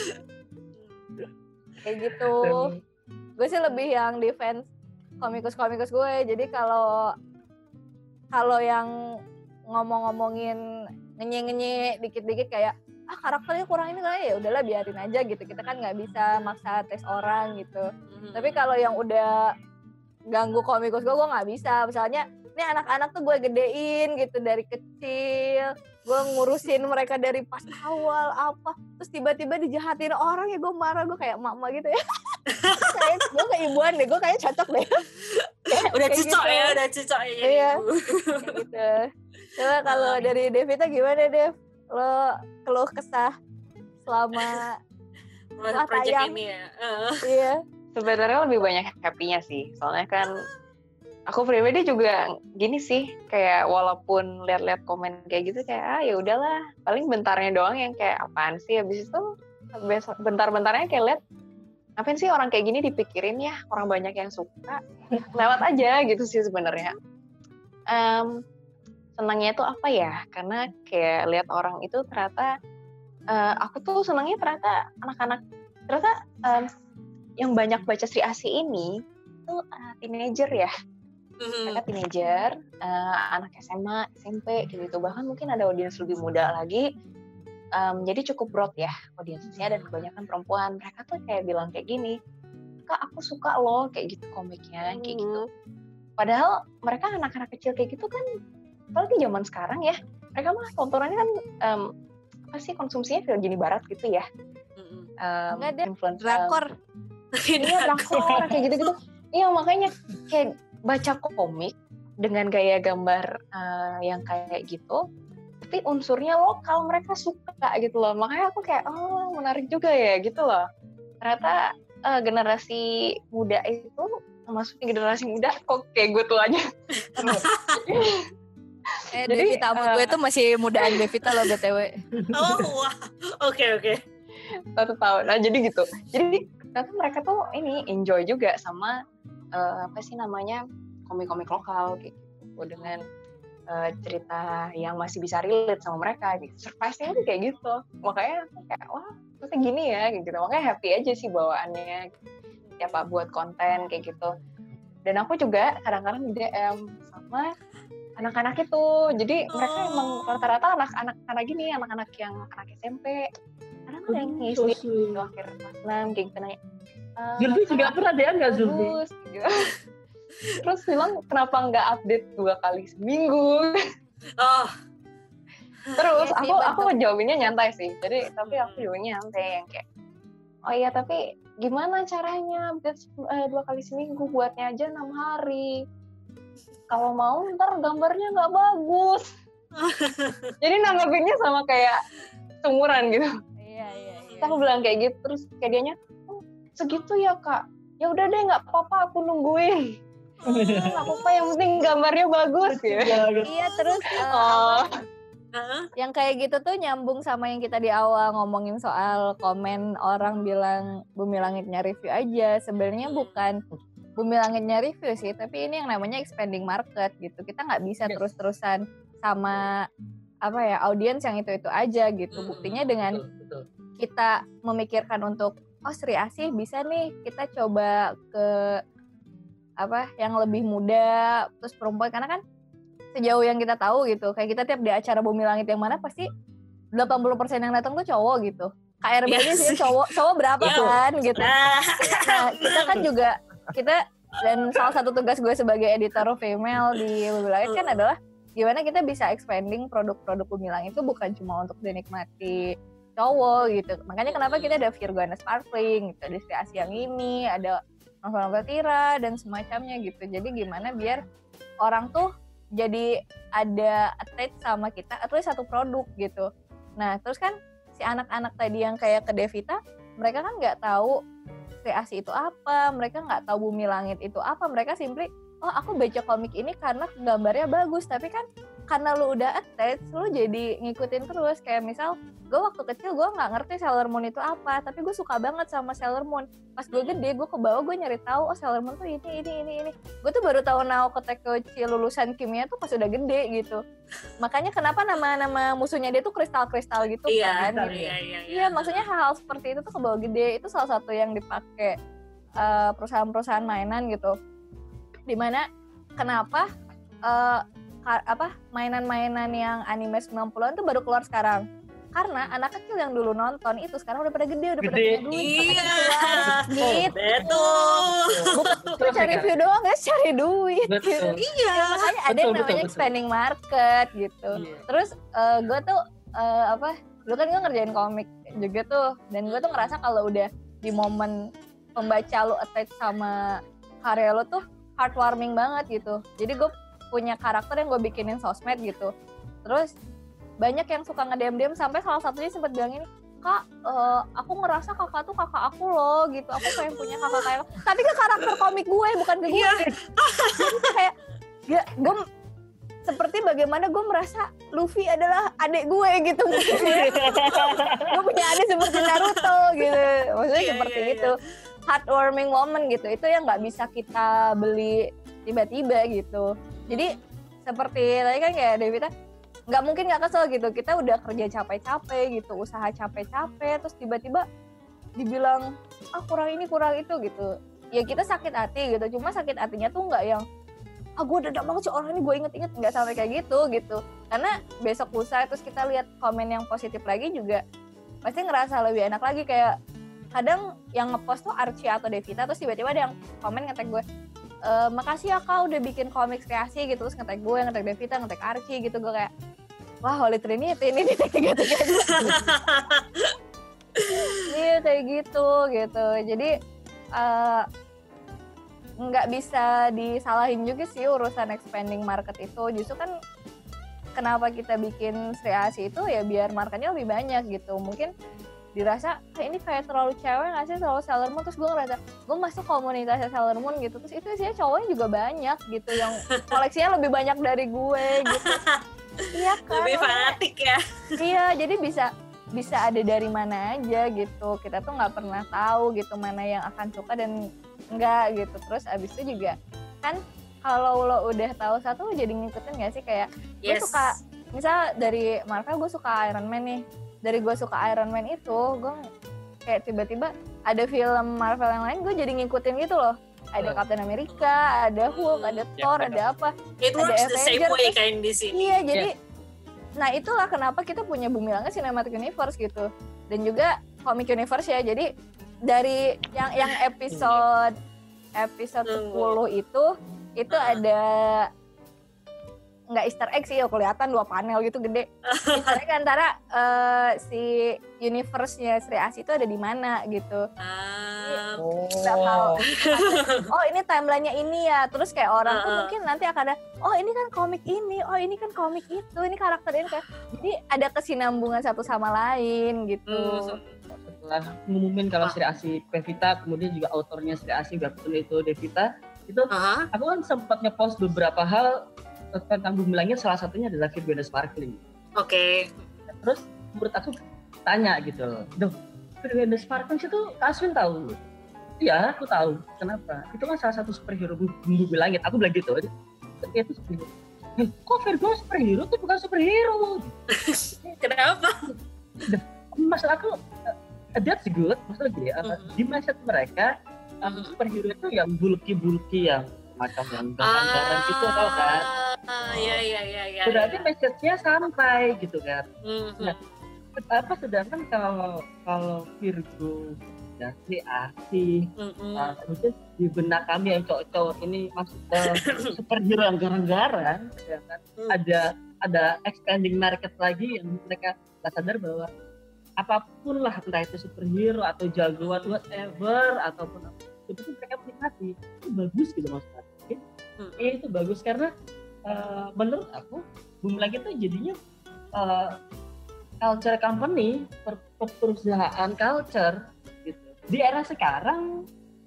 Kayak gitu. Gue sih lebih yang defense komikus gue. Jadi kalau yang ngomongin ngenye dikit-dikit kayak karakternya kurang ini kali, ya udahlah biarin aja gitu. Kita kan nggak bisa maksa tes orang gitu. Tapi kalau yang udah ganggu komikus gue nggak bisa. Misalnya ini anak-anak tuh gue gedein gitu dari kecil, gue ngurusin mereka dari pas awal apa, terus tiba-tiba dijahatin orang, ya gue marah, gue kayak mama gitu ya. Gue keibuan deh, gue kayak cocok deh. Udah cocok gitu. Udah cocok ya. Iya. Gitu. Coba kalau dari Devita gimana Dev? Lo keluh kesah selama project ini ya. Iya. Sebenarnya lebih banyak happy-nya sih. Soalnya kan aku pribadi juga gini sih, kayak walaupun lihat-lihat komen kayak gitu kayak ya udahlah, paling bentarnya doang yang kayak apaan sih, habis itu bentar-bentarnya kayak lihat ngapain sih orang kayak gini dipikirin ya, orang banyak yang suka, lewat aja gitu sih sebenarnya. Senangnya tuh apa ya, karena kayak lihat orang itu ternyata aku tuh senangnya ternyata anak-anak ternyata yang banyak baca Sri Asih ini tuh teenager ya. Mereka teenager, anak SMA, SMP gitu, bahkan mungkin ada audiens lebih muda lagi. Jadi cukup broad ya audiensnya, dan kebanyakan perempuan. Mereka tuh kayak bilang kayak gini, Kak aku suka loh kayak gitu komiknya, kayak gitu. Padahal mereka anak-anak kecil kayak gitu kan, apalagi zaman sekarang ya, mereka mah tontonannya kan apa sih, konsumsinya film Gini Barat gitu ya. Nggak ada Influence drakor. Iya drakor kayak gitu-gitu. Iya makanya kayak baca komik dengan gaya gambar yang kayak gitu, tapi unsurnya lokal, mereka suka gitu loh. Makanya aku kayak menarik juga ya gitu loh. Ternyata generasi muda itu, maksudnya generasi muda kok kayak gue tuh aja. Jadi Devita sama gue tuh masih mudaan Devita loh BTW. Oh wah, oke. 1 tahun. Nah jadi gitu. Jadi ternyata mereka tuh ini enjoy juga sama apa sih namanya, komik-komik lokal kayak gitu, dengan cerita yang masih bisa relate sama mereka gitu. Surprise-nya tuh kayak gitu. Makanya kayak wah, ternyata gini ya gitu. Makanya happy aja sih bawaannya. Ya Pak, buat konten kayak gitu. Dan aku juga kadang-kadang di DM sama anak-anak itu. Jadi mereka emang rata-rata anak-anak gini, anak-anak yang anak SMP. Kadang ada yang ngisi di akhir kelas 6 kayak gitu nanya. Zulfi juga pernah deh nggak Zulfi? Gitu. Terus bilang kenapa nggak update 2 kali seminggu? Terus aku jawabinnya nyantai sih. Jadi tapi aku jawabinnya nyantai yang kayak, oh iya tapi gimana caranya update 2 kali seminggu, buatnya aja 6 hari. Kalau mau ntar gambarnya nggak bagus. Jadi nanggapinnya sama kayak sumuran gitu. Iya. Terus aku bilang kayak gitu, terus kayak dianya, segitu ya Kak, ya udah deh nggak apa-apa aku nungguin. Nggak apa-apa, yang penting gambarnya bagus ya. Iya, terus yang kayak gitu tuh nyambung sama yang kita di awal ngomongin soal komen orang bilang Bumi Langitnya review aja. Sebenarnya bukan Bumi Langitnya review sih, tapi ini yang namanya expanding market gitu. Kita nggak bisa terus-terusan sama audiens yang itu aja gitu. Buktinya dengan kita memikirkan untuk Sri Asih bisa nih kita coba ke yang lebih muda terus perempuan, karena kan sejauh yang kita tahu gitu, kayak kita tiap di acara Bumi Langit yang mana pasti 80% yang datang tuh cowok gitu. KRB ini sih cowok berapa kan gitu. Nah, kita kan juga dan salah satu tugas gue sebagai editor female di Bumi Langit kan adalah gimana kita bisa expanding produk-produk Bumi Langit itu bukan cuma untuk dinikmati cowok gitu. Makanya kenapa kita ada Virgona Sparkling gitu, ada Sri Asih yang ini, ada novel-novel Tira dan semacamnya gitu. Jadi gimana biar orang tuh jadi ada attach sama kita atau satu produk gitu. Nah terus kan si anak-anak tadi yang kayak ke Devita, mereka kan nggak tahu Sri Asih itu apa, mereka nggak tahu Bumi Langit itu apa, mereka simply aku baca komik ini karena gambarnya bagus. Tapi kan karena lu udah attach, lu jadi ngikutin terus. Kayak misal gue waktu kecil gue nggak ngerti Sailor Moon itu apa, tapi gue suka banget sama Sailor Moon. Pas gue gede, gue ke bawah, gue nyari tahu Sailor Moon tuh ini. Gue tuh baru tahu Naoko Takeuchi lulusan kimia tuh pas udah gede gitu. Makanya kenapa nama musuhnya dia tuh kristal-kristal gitu kan. Iya, maksudnya hal-hal seperti itu tuh ke bawah gede. Itu salah satu yang dipakai perusahaan-perusahaan mainan gitu. Dimana kenapa mainan-mainan yang anime 90-an tuh baru keluar sekarang. Karena anak kecil yang dulu nonton itu sekarang udah pada gede, udah pada punya duit. Iya, gitu. Betul. Bukan cari view doang, guys, cari duit. Betul. Iya. Makanya ada yang namanya expanding market gitu. Terus gue tuh dulu kan gue ngerjain komik juga tuh, dan gue tuh ngerasa kalau udah di momen pembaca lo attach sama karya lo tuh heartwarming banget gitu. Jadi gue punya karakter yang gue bikinin sosmed gitu. Terus banyak yang suka nge-DM sampai salah satunya sempat bilang ini, Kak, aku ngerasa kakak tuh kakak aku loh gitu. Aku pengen punya kakak kayak, tapi ke karakter komik gue bukan ke gue. Kayak gue seperti bagaimana gue merasa Luffy adalah adik gue gitu. Gue punya adik seperti Naruto gitu. Maksudnya seperti itu. Heartwarming moment gitu. Itu yang nggak bisa kita beli tiba-tiba gitu. Jadi seperti tadi kan kayak Devita, nggak mungkin nggak kesel gitu. Kita udah kerja capek-capek gitu, usaha capek-capek, terus tiba-tiba dibilang kurang ini kurang itu gitu. Ya kita sakit hati gitu. Cuma sakit hatinya tuh nggak yang gue dadak banget sih orang ini, gue inget-inget, nggak sampai kayak gitu. Karena besok lusa terus kita lihat komen yang positif lagi juga pasti ngerasa lebih enak lagi. Kayak kadang yang ngepost tuh Archie atau Devita, terus tiba-tiba ada yang komen nge-tag gue, makasih ya Kak udah bikin komik kreasi gitu. Terus nge-tag gue, nge-tag Devita, nge-tag Archie gitu. Gue kayak wah, Holy Trinity ini tiga-tiga iya kayak gitu. Jadi nggak bisa disalahin juga sih urusan expanding market itu. Justru kan kenapa kita bikin Sri Asih itu ya biar marketnya lebih banyak gitu. Mungkin dirasa ini kayak terlalu cewek nggak sih, terlalu Sailor Moon. Terus gue ngerasa gue masuk komunitasnya Sailor Moon gitu, terus itu sih cowoknya juga banyak gitu yang koleksinya lebih banyak dari gue gitu. Iya kan, lebih fanatik ya. Iya, jadi bisa ada dari mana aja gitu. Kita tuh nggak pernah tahu gitu mana yang akan suka dan enggak gitu. Terus abis itu juga kan kalau lo udah tahu satu jadi ngikutin nggak sih, kayak gue suka misal dari Marvel gue suka Iron Man nih. Dari gue suka Iron Man itu gue kayak tiba-tiba ada film Marvel yang lain gue jadi ngikutin gitu loh. Ada Captain America, ada Hulk, ada Thor, ada apa. It works the same way kayak di sini. Iya, jadi nah itulah kenapa kita punya Bumi Langit Cinematic Universe gitu. Dan juga Comic Universe ya. Jadi dari yang episode 10 itu ada nggak Easter egg sih, kelihatan 2 panel gitu gede. Easter egg antara si universe-nya Sri Asih itu ada di mana gitu. Ini timeline-nya ini ya. Terus kayak orang tuh mungkin nanti akan ada, ini kan komik ini, ini kan komik itu, ini karakter ini kayak. Jadi ada kesinambungan satu sama lain gitu. Setelah ngumumin kalau Sri Asih Pevita, kemudian juga autornya Sri Asih webtoon itu Devita, itu aku kan sempat ngepost beberapa hal tentang Bumi Langit, salah satunya adalah Virgo Sparkling. Oke. Terus menurut aku tanya gitu loh, Virgo Sparkling itu Kak Aswin tahu? Iya, aku tahu. Kenapa? Itu kan salah satu superhero Bumi Langit. Aku bilang gitu. Itu superhero. Kok Virgo superhero? Itu bukan superhero. Kenapa? Maksud aku, that's good. Maksudnya gini, di mindset mereka, superhero itu yang bulky yang macam yang garang-garang gitu, tau kan? Iya. Berarti message-nya sampai gitu kan. Nah, sedangkan kalau Virgo ya kreatif, mungkin di benak kami yang cowok-cowok ini masuk ke superhero yang garang-garang, ya kan? Ada expanding market lagi yang mereka nggak sadar bahwa apapun lah, entah itu superhero atau jagoan whatever ataupun apa, itu mereka menikmati, itu bagus gitu maksudnya. Itu bagus karena menurut aku Bumi Langit itu jadinya culture company, perusahaan culture gitu. Di era sekarang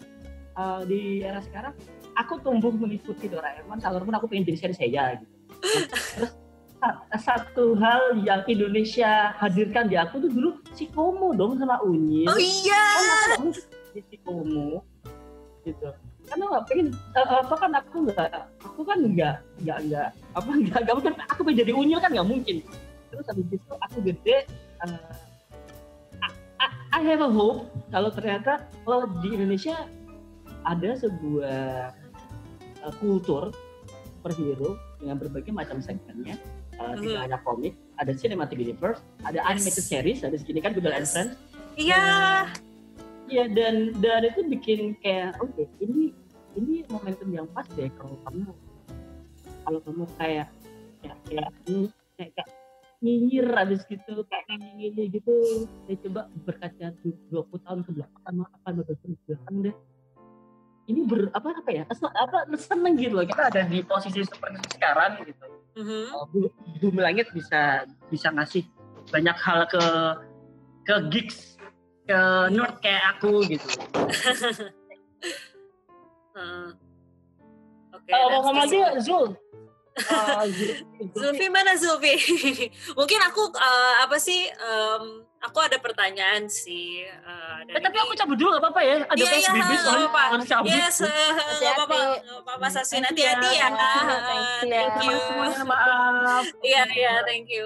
aku tumbuh mengikuti Doraemon, walaupun aku pengen jadi Senseiya gitu. Terus satu hal yang Indonesia hadirkan di aku tuh dulu si Komo dong sama Unyil. Oh iya. Si Komo gitu. Karena nggak pengen aku kan nggak aku pengen jadi Unyil kan nggak mungkin. Terus habis itu aku gede, I have a hope kalau ternyata di Indonesia ada sebuah kultur superhero dengan berbagai macam segmennya. Tidak hanya komik, ada cinematic universe, ada animated series, ada segini kan Google and Friends. Iya. Iya, dan itu bikin kayak oke, ini momentum yang pas deh kalau kamu kayak nyinyir habis gitu, kayak nyinyir gitu. Saya coba berkaca 20 tahun ke belakang apa deh. Ini seneng gitu loh, kita ada di posisi seperti sekarang gitu. Bumi Langit bisa ngasih banyak hal ke geeks, ke nerd kayak aku gitu. Ngomong lagi Zul. Zulfi mana Zulfi? Mungkin aku aku ada pertanyaan sih. Tapi aku cabut dulu gak apa-apa ya? Ada PSBB soalnya harus cabut. Yes, gak apa-apa Sasin, hati-hati ya. Thank you. Maaf. Iya, thank you.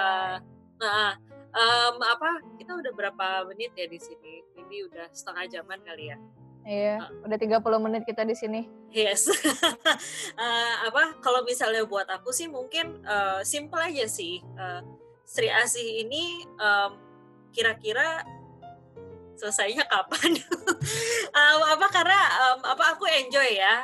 Kita udah berapa menit ya di sini? Ini udah setengah jaman kali ya. Iya, udah 30 menit kita di sini. Yes. Kalau misalnya buat aku sih mungkin simple aja sih. Sri Asih ini kira-kira selesainya kapan? Karena aku enjoy ya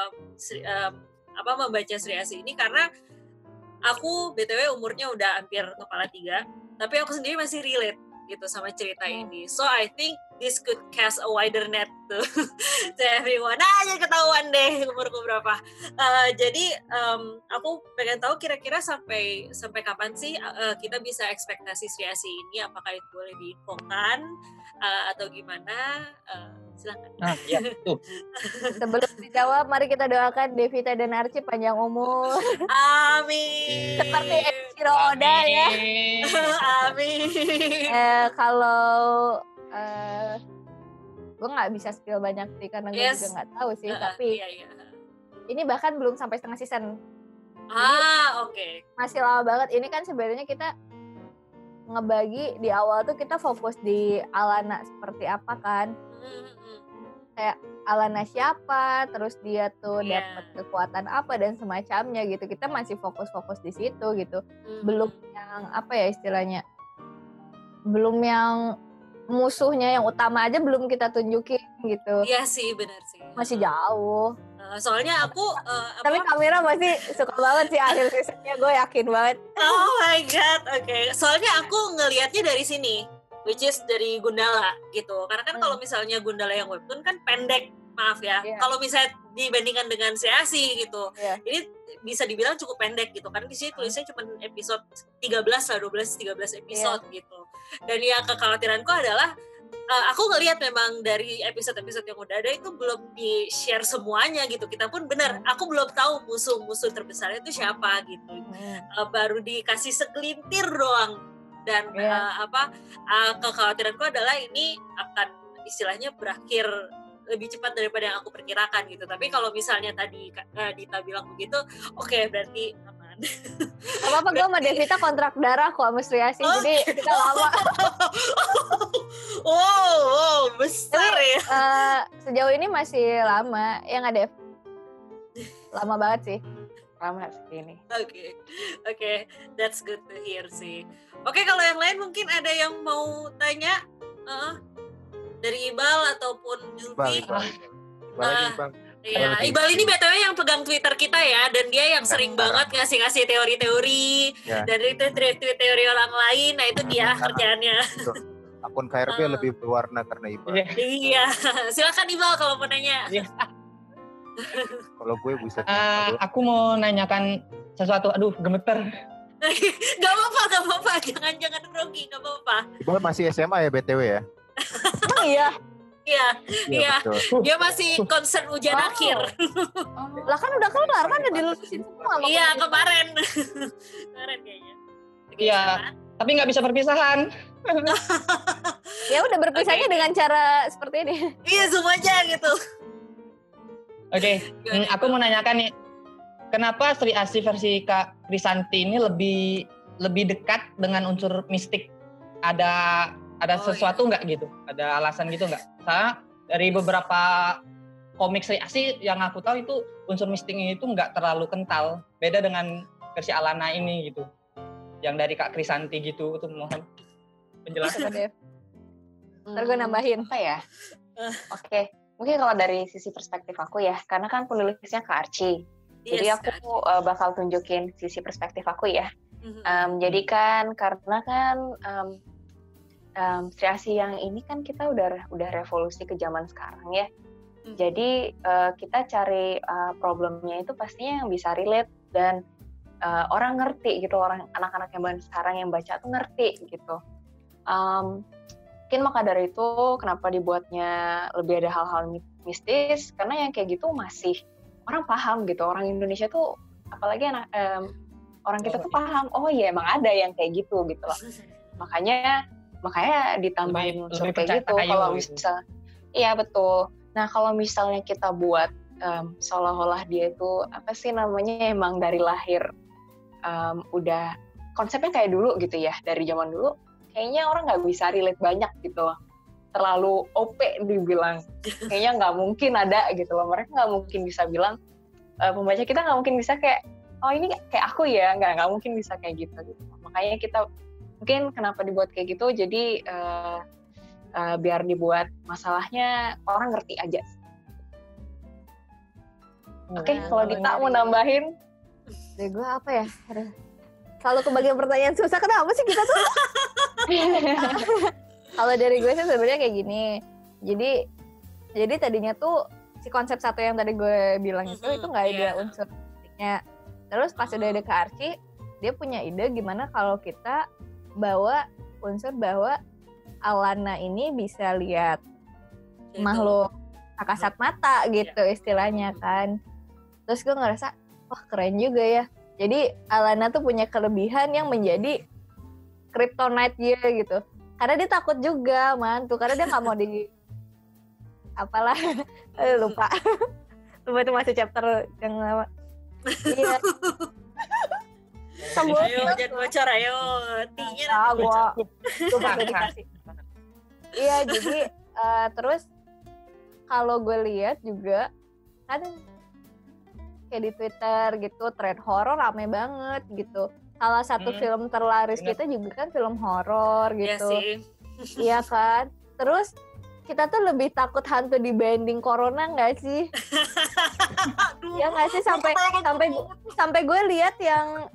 membaca Sri Asih ini, karena aku BTW umurnya udah hampir kepala 3, tapi aku sendiri masih relate gitu sama cerita ini. So I think this could cast a wider net to everyone. Ya ketahuan deh umurku berapa. Jadi aku pengen tahu kira-kira sampai kapan sih kita bisa ekspektasi Sri Asih ini, apakah itu boleh diinfokan atau gimana? Silakan. Ya, tuh. Sebelum dijawab, mari kita doakan Devita dan Archie panjang umur. Amin. Seperti Eshiro Oda ya. Amin. Kalau gue nggak bisa spill banyak sih karena gue juga nggak tahu sih, tapi ini bahkan belum sampai setengah season. Oke. Masih lama banget. Ini kan sebenarnya kita ngebagi di awal tuh kita fokus di Alana seperti apa kan, kayak Alana siapa, terus dia tuh dapat kekuatan apa dan semacamnya gitu. Kita masih fokus di situ gitu. Belum yang istilahnya, belum yang musuhnya yang utama aja belum kita tunjukin gitu. Iya sih, benar sih. Masih jauh. Soalnya aku tapi kamera masih suka banget sih akhir seasonnya, gue yakin banget. Oh my god, oke. Soalnya aku ngelihatnya dari sini, which is dari Gundala gitu. Karena kan kalau misalnya Gundala yang webtoon kan pendek, maaf ya. Kalau misalnya dibandingkan dengan Sri Asih gitu, ini bisa dibilang cukup pendek gitu. Karena di sini tulisnya cuma episode 13 lah, 13 episode gitu. Dan yang kekhawatiranku adalah aku ngelihat memang dari episode-episode yang udah ada itu belum di-share semuanya gitu. Kita pun benar, aku belum tahu musuh-musuh terbesarnya itu siapa gitu. Baru dikasih segelintir doang. Dan kekhawatiranku adalah ini akan istilahnya berakhir lebih cepat daripada yang aku perkirakan gitu. Tapi kalau misalnya tadi Dita bilang begitu, oke, berarti aman. Apa-apa, gue sama Devita kontrak darah kok sama Sri Asih, jadi kita lama. Wow, besar ya. Sejauh ini masih lama, ya nggak Dev? Lama banget sih. Lama sih ini. Oke, that's good to hear sih. Oke, kalau yang lain mungkin ada yang mau tanya dari Ibal ataupun Julfi. Iya, Iqbal ini BTW yang pegang Twitter kita ya, dan dia yang sering banget ngasih teori-teori dan tweet teori orang lain. Nah, itu dia kerjaannya. Akun KRP lebih berwarna karena Iqbal. Iya, silakan Iqbal kalau mau nanya. Kalau gue bisa. Aku mau nanyakan sesuatu. Aduh, gemeter. Gak apa-apa, jangan grogi, gak apa-apa. Iqbal masih SMA ya BTW ya? Emang iya? Iya. Dia masih concern ujian akhir. Lah kan udah kelar, kan udah dilulusin semua. Iya, kemarin kayaknya. Iya, tapi nggak bisa perpisahan. Ya udah berpisahnya dengan cara seperti ini. Iya, zoom aja gitu. Oke, aku mau nanyakan nih, kenapa Sri Asih versi Kak Krisanti ini lebih dekat dengan unsur mistik? Ada sesuatu nggak gitu? Ada alasan gitu nggak? Saya dari beberapa komik Sri Asih yang aku tahu itu unsur mistiknya itu nggak terlalu kental. Beda dengan versi Alana ini gitu. Yang dari Kak Krisanti gitu, itu mohon penjelasan. Ntar gue nambahin. Apa ya? Oke, mungkin kalau dari sisi perspektif aku ya, karena kan penulisnya Kak Archie. Jadi aku bakal tunjukin sisi perspektif aku ya. Jadi kan karena kan Sri Asih yang ini kan kita udah revolusi ke zaman sekarang ya. Jadi kita cari problemnya itu pastinya yang bisa relate dan orang ngerti gitu, orang anak-anak yang sekarang yang baca tuh ngerti gitu. Mungkin maka dari itu kenapa dibuatnya lebih ada hal-hal mistis, karena yang kayak gitu masih orang paham gitu. Orang Indonesia tuh apalagi orang kita tuh paham, oh iya emang ada yang kayak gitu loh. Makanya ditambahin unsur kayak gitu. Kalau misal, iya betul. Nah kalau misalnya kita buat seolah-olah dia itu apa sih namanya emang dari lahir udah konsepnya kayak dulu gitu ya, dari zaman dulu, kayaknya orang nggak bisa relate banyak gitu loh. Terlalu OP dibilang, kayaknya nggak mungkin ada gitu loh. Mereka nggak mungkin bisa bilang, pembaca kita nggak mungkin bisa kayak, oh ini kayak aku ya, nggak mungkin bisa kayak gitu. Makanya kita mungkin kenapa dibuat kayak gitu, jadi biar dibuat masalahnya orang ngerti aja. Oke, kalau Dita mau nambahin? Dari gue apa ya? Selalu kebagian pertanyaan susah, kenapa sih kita tuh? Kalau dari gue sih sebenarnya kayak gini. Jadi tadinya tuh si konsep satu yang tadi gue bilang itu nggak ada unsur mistiknya. Terus pas udah ada ke Archie, dia punya ide gimana kalau kita bawa unsur bahwa Alana ini bisa lihat makhluk kasat mata gitu istilahnya kan. Terus gue ngerasa, wah keren juga ya. Jadi Alana tuh punya kelebihan yang menjadi kryptonite dia gitu. Karena dia takut juga mantu, karena dia nggak mau lupa itu masih chapter yang lama. Iya. Ayo jangan bocor, ayo tingginya gue dedikasi. Iya, jadi terus kalau gue lihat juga kan kayak di Twitter gitu, thread horor rame banget gitu. Salah satu film terlaris kita juga kan film horor gitu. Iya kan. Terus kita tuh lebih takut hantu dibanding corona nggak sih? Ya nggak sih, sampai gue lihat yang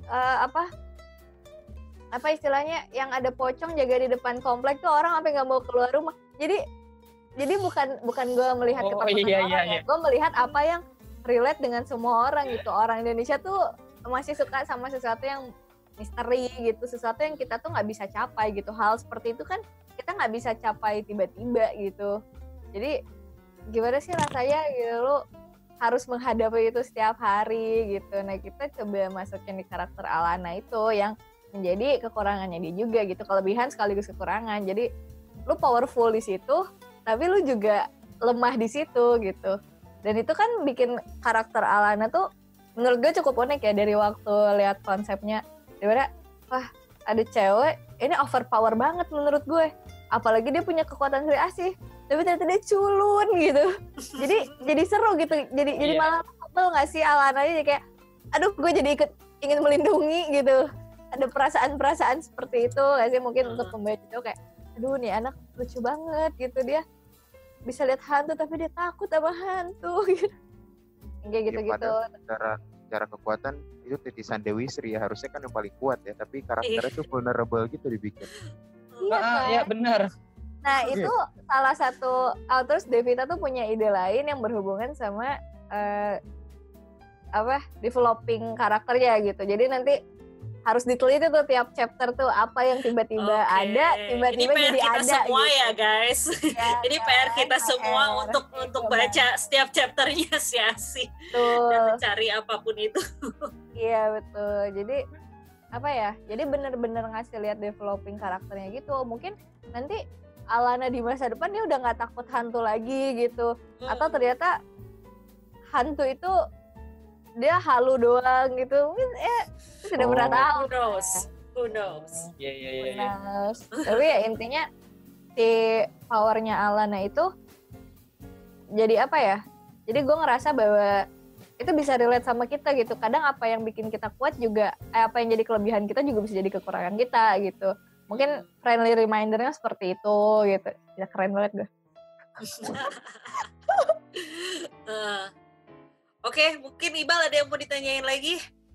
apa istilahnya yang ada pocong jaga di depan komplek tuh orang sampai nggak mau keluar rumah. Jadi bukan gue melihat ketakutan orang, gue melihat apa yang relate dengan semua orang gitu. Orang Indonesia tuh masih suka sama sesuatu yang misteri gitu, sesuatu yang kita tuh nggak bisa capai gitu. Hal seperti itu kan kita nggak bisa capai tiba-tiba gitu. Jadi gimana sih rasanya gitu, lu harus menghadapi itu setiap hari gitu. Nah kita coba masukin di karakter Alana itu yang menjadi kekurangannya dia juga gitu, kelebihan sekaligus kekurangan. Jadi lu powerful di situ, tapi lu juga lemah di situ gitu. Dan itu kan bikin karakter Alana tuh menurut gue cukup unik ya dari waktu lihat konsepnya. Dimana, wah ada cewek, ini overpower banget menurut gue. Apalagi dia punya kekuatan Sri Asih, tapi ternyata dia culun gitu. Jadi seru gitu. Jadi malah tau gak sih Alana jadi kayak, aduh gue jadi ikut ingin melindungi gitu. Ada perasaan-perasaan seperti itu gak sih mungkin untuk pembaca itu kayak, aduh nih anak lucu banget gitu, dia bisa lihat hantu tapi dia takut sama hantu gitu. Kayak gitu-gitu. Secara kekuatan itu titisan Dewi Sri ya, harusnya kan yang paling kuat ya, tapi karakternya tuh vulnerable gitu dibikin. Iya kan? Ya benar. Nah itu salah satu terus Devita tuh punya ide lain yang berhubungan sama developing karakternya gitu. Jadi nanti harus diteliti tuh tiap chapter tuh apa yang tiba-tiba ada, tiba-tiba jadi ada. Ini PR kita semua gitu. ya guys. Ya, ini PR kita semua untuk baca setiap chapternya si Asih dan mencari apapun itu. Iya betul. Jadi apa ya? Jadi bener-bener ngasih lihat developing karakternya gitu. Mungkin nanti Alana di masa depan dia udah nggak takut hantu lagi gitu. Atau ternyata hantu itu dia halu doang gitu, mungkin tidak pernah tahu. Who knows? Iya. Tapi ya intinya si powernya Alana itu jadi apa ya? Jadi gue ngerasa bahwa itu bisa relate sama kita gitu. Kadang apa yang bikin kita kuat juga, apa yang jadi kelebihan kita juga bisa jadi kekurangan kita gitu. Mungkin friendly reminder-nya seperti itu gitu. Ya keren banget gue. Oke, mungkin Ibal ada yang mau ditanyain lagi?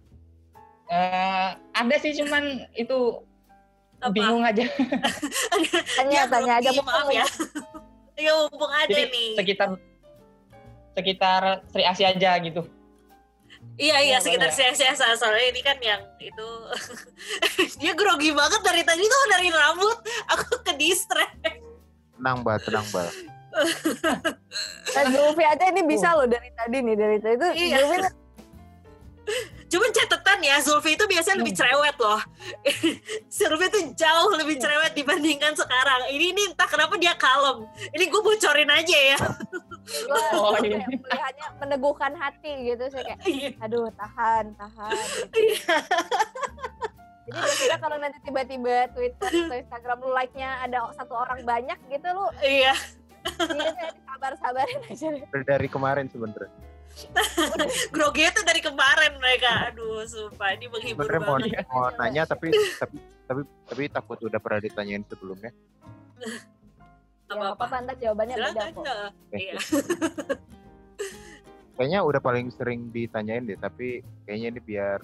Ada sih, cuman itu Apa? bingung aja. Tanya aja, maaf ya. Ya mumpung ada Jadi, nih. sekitar Sri Asih aja gitu. Iya sekitar sia-sia soalnya ini kan yang itu dia grogi banget dari tadi tuh dari rambut. Aku ke distract. Tenang Mbak. Nah, Zulfi aja ini bisa loh dari tadi itu. Iya. Cuman catatan ya, Zulfi itu biasanya lebih cerewet loh. Zulfi itu jauh lebih cerewet dibandingkan sekarang. Ini entah kenapa dia kalem. Ini gue bocorin aja ya. Gue melihatnya meneguhkan hati gitu, saya kayak aduh tahan gitu. Jadi biasanya kalau nanti tiba-tiba Twitter atau Instagram lu like-nya ada satu orang banyak gitu lu. Iya. Sabarin aja. Dari kemarin sebenarnya. Grogi itu dari kemarin mereka. Aduh, sumpah ini menghibur banget. Mau nanya tapi takut udah pernah ditanyain sebelumnya. Apa pantas jawabannya beda kok. Iya. Kayaknya udah paling sering ditanyain deh, tapi kayaknya ini biar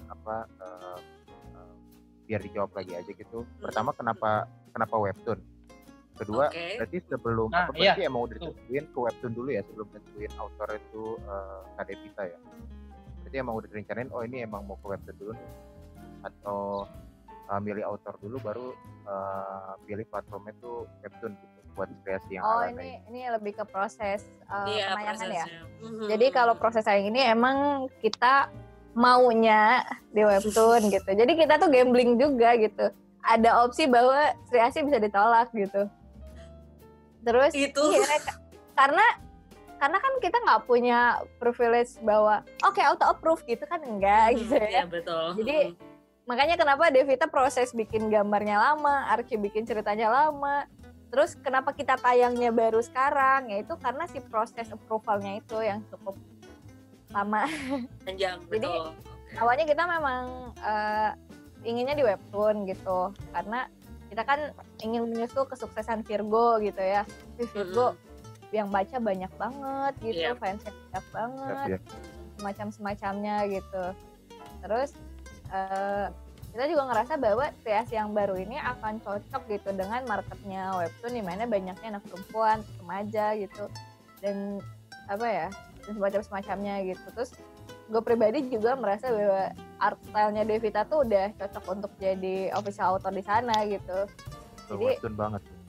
biar dijawab lagi aja gitu. Pertama kenapa webtoon? Kedua, berarti sebelum berarti emang udah ditentuin ke webtoon dulu ya, sebelum tentuin author itu Kak Devita ya. Berarti emang udah direncanain, oh ini emang mau ke webtoon dulu nih. Atau milih author dulu baru pilih platformnya tuh webtoon gitu buat kreasi yang Alana ini lebih ke proses penayangan ya. Jadi kalau proses yang ini emang kita maunya di webtoon gitu. Jadi kita tuh gambling juga gitu. Ada opsi bahwa Sri Asih bisa ditolak gitu. Terus itu karena kan kita nggak punya privilege bahwa auto approve gitu kan, enggak gitu ya. Iya betul. Jadi makanya kenapa Devita proses bikin gambarnya lama, Archie bikin ceritanya lama. Terus kenapa kita tayangnya baru sekarang? Ya itu karena si proses approvalnya itu yang cukup lama. Panjang, Jadi awalnya kita memang inginnya di webtoon gitu, karena kita kan ingin menyusul kesuksesan Virgo gitu ya. Virgo yang baca banyak banget gitu, fansnya banyak banget, semacamnya gitu. Terus kita juga ngerasa bahwa kreasi yang baru ini akan cocok gitu dengan marketnya webtoon, di mana banyaknya anak perempuan, remaja gitu, dan dan semacamnya gitu. Terus gue pribadi juga merasa bahwa art style-nya Devita tuh udah cocok untuk jadi official author di sana gitu. Jadi webtoon banget.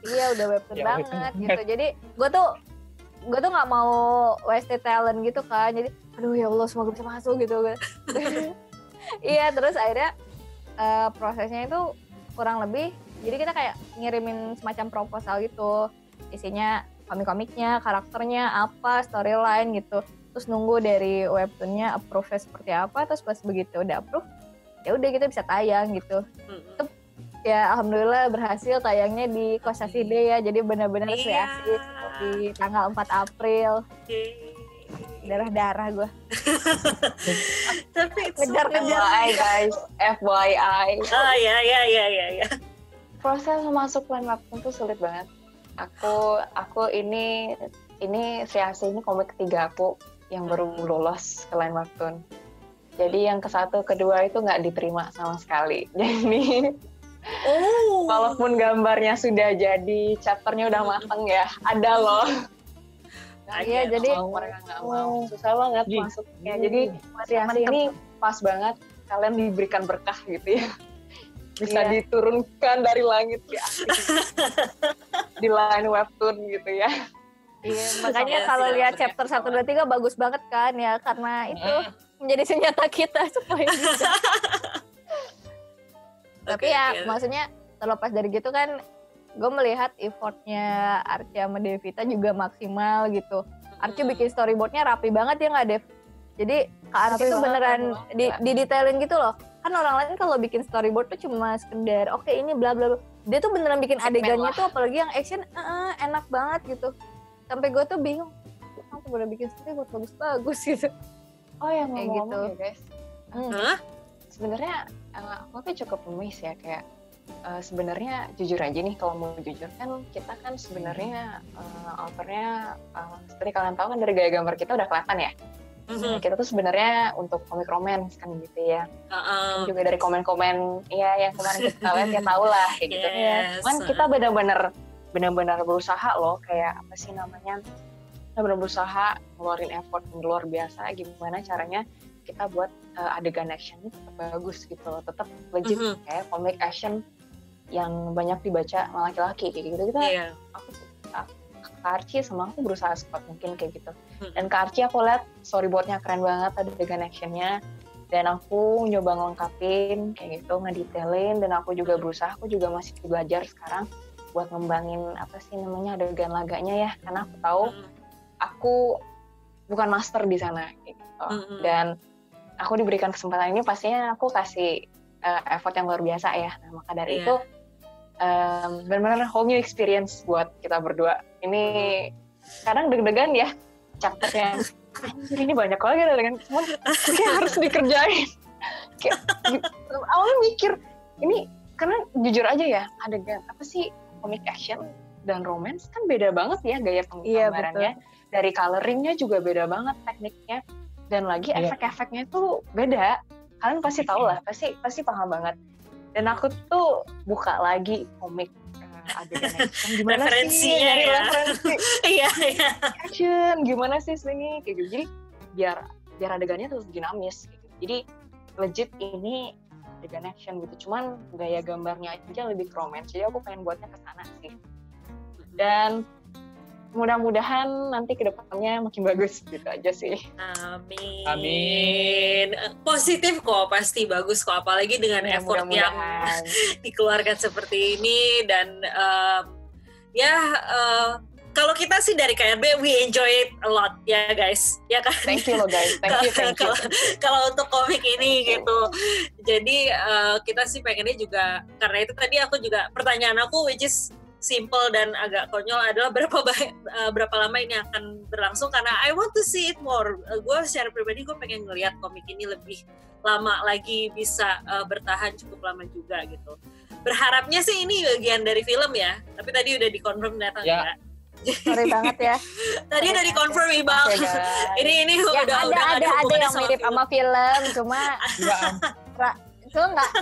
Iya udah webtoon banget gitu. Jadi gue tuh nggak mau wasted talent gitu kan. Jadi aduh ya Allah semoga bisa masuk gitu. Iya terus akhirnya prosesnya itu kurang lebih. Jadi kita kayak ngirimin semacam proposal gitu. Isinya komik-komiknya, karakternya apa, storyline gitu. Terus nunggu dari webtoonnya approve seperti apa. Terus pas begitu udah approve, ya udah kita bisa tayang gitu. Ya alhamdulillah berhasil tayangnya di Kosasi Day ya. Jadi benar-benar kreasi di tanggal 4 April. Darah-darah gue. Tapi ngejar-ngejar guys, FYI. Oh ya. Proses masuk Line Webtoon tuh sulit banget. Aku ini Sri Asih ini komik ketiga aku yang baru lolos ke Line Webtoon. Jadi yang ke-1, kedua itu nggak diterima sama sekali. Jadi walaupun gambarnya sudah jadi, chapternya udah mateng ya, ada loh. Iya, jadi mereka nggak mau. Susah banget masuknya. Jadi Sri Asih ini pas banget kalian diberikan berkah gitu ya. Bisa diturunkan dari langit ke di Line Webtoon gitu ya. Iya, makanya kalau lihat chapter 1, 2, 3 bagus banget kan ya, karena itu menjadi senjata kita supaya bisa. Tapi maksudnya terlepas dari gitu kan, gue melihat effortnya Archie sama Devita juga maksimal gitu. Archie bikin storyboardnya rapi banget ya nggak Dev? Jadi Kak Archie tuh beneran didetailin gitu loh. Kan orang lain kalau bikin storyboard tuh cuma sekedar oke, ini bla bla bla. Dia tuh beneran bikin adegannya tuh apalagi yang action enak banget gitu. Sampai gue tuh bingung, aku udah bikin storyboard bagus-bagus gitu. Oh ya ngomong-ngomong gitu. Ya guys. Sebenarnya aku tuh cukup emis ya kayak sebenarnya jujur aja nih, kalau mau jujur kan kita kan sebenarnya authornya seperti kalian tahu kan dari gaya gambar kita udah kelihatan ya. Kita tuh sebenarnya untuk komik romance kan gitu ya. Juga dari komen-komen ya yang kemarin kita lihat ya tahu lah kayak gitu. Cuman kita benar-benar berusaha loh, kayak apa sih namanya? Kita benar berusaha ngeluarin effort yang luar biasa. Gimana caranya kita buat adegan action ini tetap bagus gitu loh, tetap legit kayak komik action yang banyak dibaca sama laki-laki kayak gitu. Kita Kak Archie sama aku berusaha sekuat mungkin kayak gitu. Dan Kak Archie aku lihat storyboardnya keren banget, ada adegan actionnya, dan aku nyoba ngelengkapin kayak gitu, ngedetailin, dan aku juga berusaha, aku juga masih belajar sekarang buat ngembangin apa sih namanya adegan laganya ya, karena aku tahu aku bukan master di sana kayak gitu. Dan aku diberikan kesempatan ini pastinya aku kasih effort yang luar biasa ya. Nah, maka dari itu benar-benar whole new experience buat kita berdua. Ini kadang deg-degan ya chapternya. Anjir ini banyak lagi dengan semua kayak harus dikerjain. Kayak awalnya mikir ini karena jujur aja ya, adegan apa sih komik action dan romance kan beda banget ya gaya penggambarannya. Dari coloringnya juga beda banget tekniknya, dan lagi efek-efeknya itu beda. Kalian pasti tahu lah, pasti paham banget. Dan aku tuh buka lagi komik adegan action gimana sih nyari referensi action gimana sih ini kayak gitu. Jadi biar adegannya terus dinamis gitu. Jadi legit ini adegan action gitu, cuman gaya gambarnya aja lebih romance, jadi aku pengen buatnya ke sana sih. Dan mudah-mudahan nanti kedepannya makin bagus gitu aja sih. Amin. Positif kok, pasti bagus kok, apalagi dengan effort yang dikeluarkan seperti ini. Dan kalau kita sih dari KRB we enjoy it a lot ya guys, ya kan? Thank you loh guys, thank you. Kalau untuk komik ini gitu, jadi kita sih pengennya juga, karena itu tadi aku juga pertanyaan aku which is simple dan agak konyol adalah berapa lama ini akan berlangsung, karena I want to see it more. Gue secara pribadi gue pengen ngelihat komik ini lebih lama lagi, bisa bertahan cukup lama juga gitu. Berharapnya sih ini bagian dari film ya, tapi tadi udah dikonfirm ternyata enggak. Sorry banget ya. Tadi udah dikonfirm Iqbal. Ini ya, udah ada yang mirip sama film, cuma itu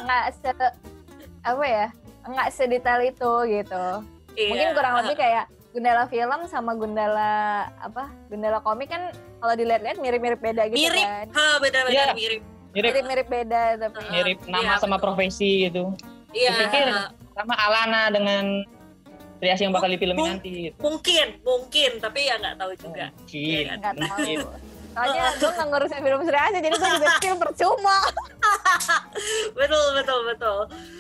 nggak sedetail itu gitu. Mungkin kurang lebih kayak Gundala film sama Gundala komik kan kalau dilihat-lihat mirip-mirip beda gitu kan. Mirip beda tapi mirip nama sama profesi gitu. Iya. Dipikir sama Alana dengan Sri Asih yang bakal difilmin nanti. Mungkin, tapi ya nggak tahu juga. Nggak tahu. Soalnya gue nggak ngurusin film Sri Asih, jadi gue juga film percuma. Betul.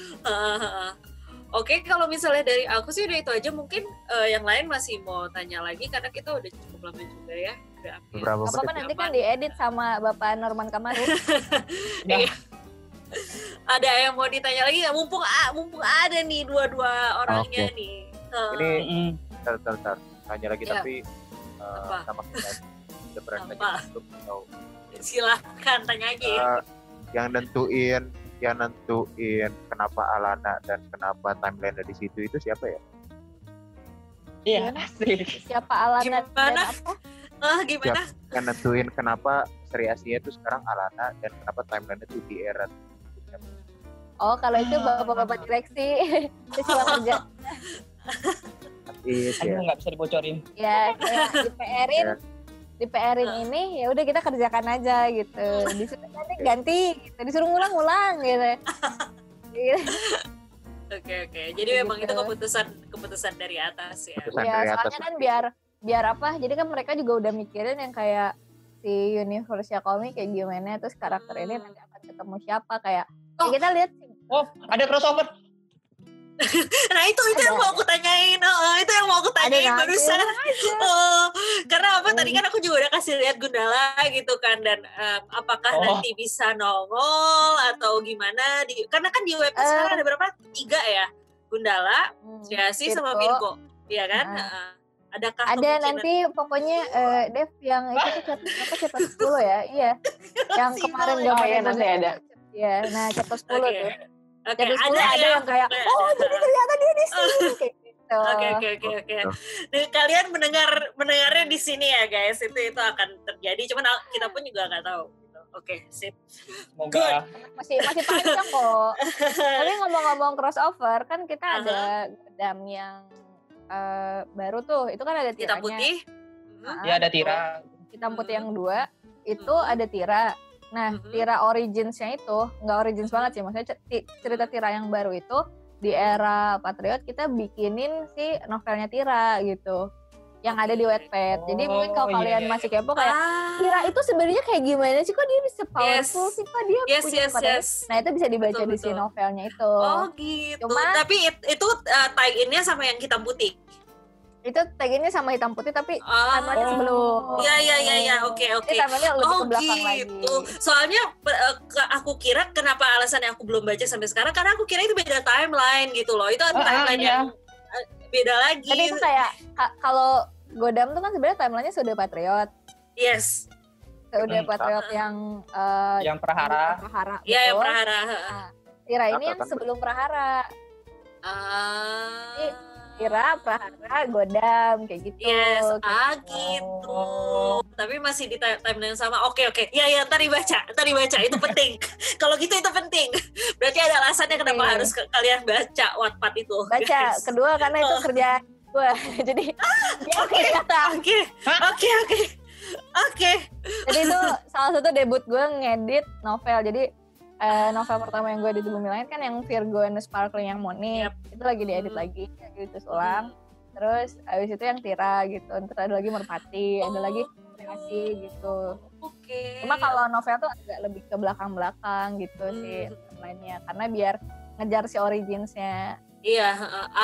Oke, kalau misalnya dari aku sih udah itu aja. Mungkin yang lain masih mau tanya lagi karena kita udah cukup lama juga ya. Apa nanti kan diedit sama Bapak Norman Kamaru. Ada yang mau ditanya lagi nggak? Mumpung ada nih dua orangnya nih. Ini tar. Tanya lagi tapi sama kita udah berani untuk tahu. Silahkan tanya aja. Yang nentuin kenapa Alana dan kenapa timeline di situ itu siapa ya? Iya, asik. Siapa Alana dan apa? Gimana? Yang nentuin kenapa Sri Asih itu sekarang Alana dan kenapa timeline itu di era. Oh, kalau itu bapak-bapak direksi siswa kerja. Aduh, nggak bisa dibocorin. Ya, kayak di PR-in ini ya udah kita kerjakan aja gitu. Disuruh nanti ganti gitu, disuruh ngulang-ngulang gitu. Oke. Jadi memang itu keputusan dari atas ya. Ya, soalnya kan biar apa? Jadi kan mereka juga udah mikirin yang kayak si universe komik kayak gimana, terus karakter ini nanti akan ketemu siapa kayak kita lihat sih. Oh, ada crossover. Nah itu yang mau aku tanyain. Itu yang mau aku tanyain barusan. Karena apa tadi kan aku juga udah kasih lihat Gundala gitu kan, dan apakah nanti bisa nongol atau gimana karena kan di web sekarang ada berapa? 3 ya, Gundala, Sri Asih sama Virgo, iya kan? Adakah ada nanti pokoknya Dev yang itu chapter 10 ya, iya. Yang kemarin nanti ada. Iya, nah chapter 10 tuh. Oke, ada yang kayak jadi ternyata dia di sini kayak gitu. Oke. Kalian mendengarnya di sini ya guys. Itu akan terjadi. Cuman kita pun juga nggak tahu. Oke, sip. Semoga. Masih panjang kok. Tapi ngomong-ngomong crossover kan kita ada Godam yang baru tuh. Itu kan ada tiranya. Hitam putih. Iya ada Tira. Hitam putih yang 2 itu ada Tira. Nah, Tira Origins-nya itu nggak Origins banget sih, maksudnya cerita Tira yang baru itu di era Patriot kita bikinin si novelnya Tira gitu, yang ada di Wattpad. Jadi mungkin kalau kalian masih kepo kayak Tira itu sebenarnya kayak gimana sih, kok dia bisa powerful sih, kok dia punya Patriot. Nah itu bisa dibaca di si novelnya itu. Oh gitu. Tapi itu tie-in-nya sama yang hitam putih. Itu tag-nya sama hitam putih tapi timeline sebelum. Iya, oke. Timeline lebih ke belakang gitu. lagi. Soalnya aku kira kenapa alasannya aku belum baca sampai sekarang karena aku kira itu beda timeline gitu loh. Itu timeline yang beda lagi. Tadi itu kayak kalau Godam tuh kan sebenarnya timelinenya sudah Patriot. Yes. Sudah Patriot yang Prahara. Iya, yang Prahara. Tira ini yang sebelum Prahara. Tira, Prahara, Godam kayak gitu. Yes, gitu. Tapi masih di timeline yang sama. Oke. Iya, tadi baca itu penting. Kalau gitu itu penting. Berarti ada alasannya kenapa harus kalian baca Wattpad itu. Baca. Kedua karena itu kerja gue. Jadi Oke. Jadi itu salah satu debut gue ngedit novel. Jadi novel pertama yang gue edit di Bumi Langit kan yang Virgo and the Sparkling yang Moni. Itu lagi diedit lagi, terus ulang. Terus abis itu yang Tira gitu. Terus ada lagi Merpati, ada lagi Sri Asih gitu. Cuma kalau novel tuh agak lebih ke belakang-belakang gitu sih lainnya, karena biar ngejar si originsnya. Iya,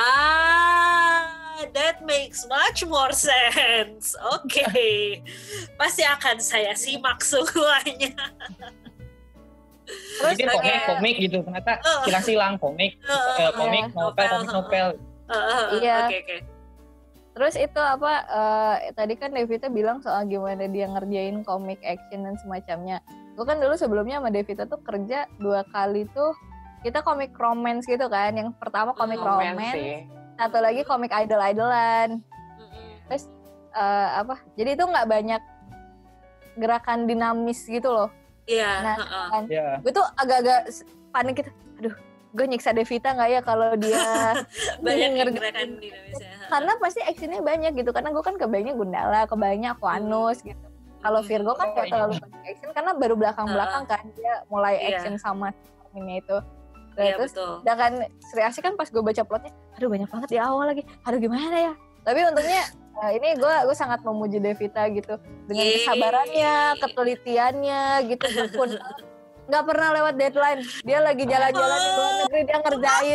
that makes much more sense. Oke. Pasti akan saya simak semuanya. Terus komik gitu, ternyata silang komik novel. Iya. Oke. Terus itu tadi kan Devita bilang soal gimana dia ngerjain komik action dan semacamnya. Gue kan dulu sebelumnya sama Devita tuh kerja 2 kali tuh, kita komik romance gitu kan. Yang pertama komik romance, satu lagi komik idol-idolan. Terus jadi itu nggak banyak gerakan dinamis gitu loh. Iya. Nah, gue tuh agak-agak panik gitu. Aduh, gue nyiksa Devita nggak ya kalau dia banyak gerakan dinamisnya. Karena pasti actionnya banyak gitu. Karena gue kan kebayangnya Gundala, kebayangnya Aquanus gitu. Kalau Virgo kan kayak terlalu banyak action karena baru belakang-belakang kan dia mulai action sama Arminnya itu. Terus sedangkan Sri Asih kan pas gue baca plotnya, aduh banyak banget di awal lagi, aduh gimana ya. Tapi untungnya ini gue sangat memuji Devita gitu dengan kesabarannya, ketelitiannya gitu pun nggak pernah lewat deadline. Dia lagi jalan-jalan di luar negeri dia ngerjain.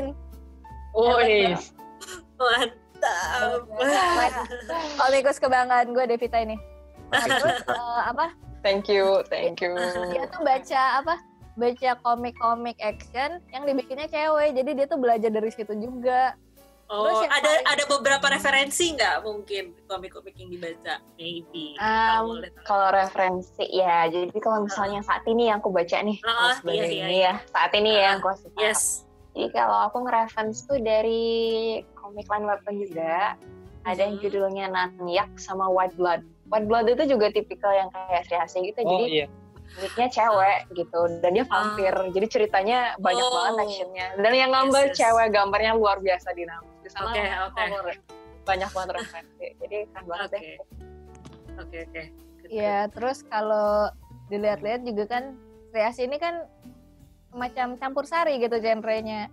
Mantap. Komikus kebanggaan gue Devita ini. Terus Thank you. Dia tuh baca komik-komik action yang dibikinnya cewek, jadi dia tuh belajar dari situ juga. Terus ada beberapa referensi nggak mungkin komik-komik yang dibaca? Maybe. Kalau referensi ya, jadi kalau misalnya saat ini yang aku baca nih, saat ini ya yang aku suka. Yes. Jadi kalau aku nge-reference tuh dari komik line webtoon juga, ada yang judulnya Nanyak sama White Blood. White Blood itu juga tipikal yang kayak Sri Asih gitu, jadi kulitnya cewek gitu, dan dia vampir. Jadi ceritanya banyak banget actionnya. Dan yang gambar cewek, gambarnya luar biasa dinamis. Di sana banyak banget referensi. Jadi keren banget deh. Oke. Iya, terus kalau dilihat-lihat juga kan Sri Asih ini kan macam campur sari gitu genrenya.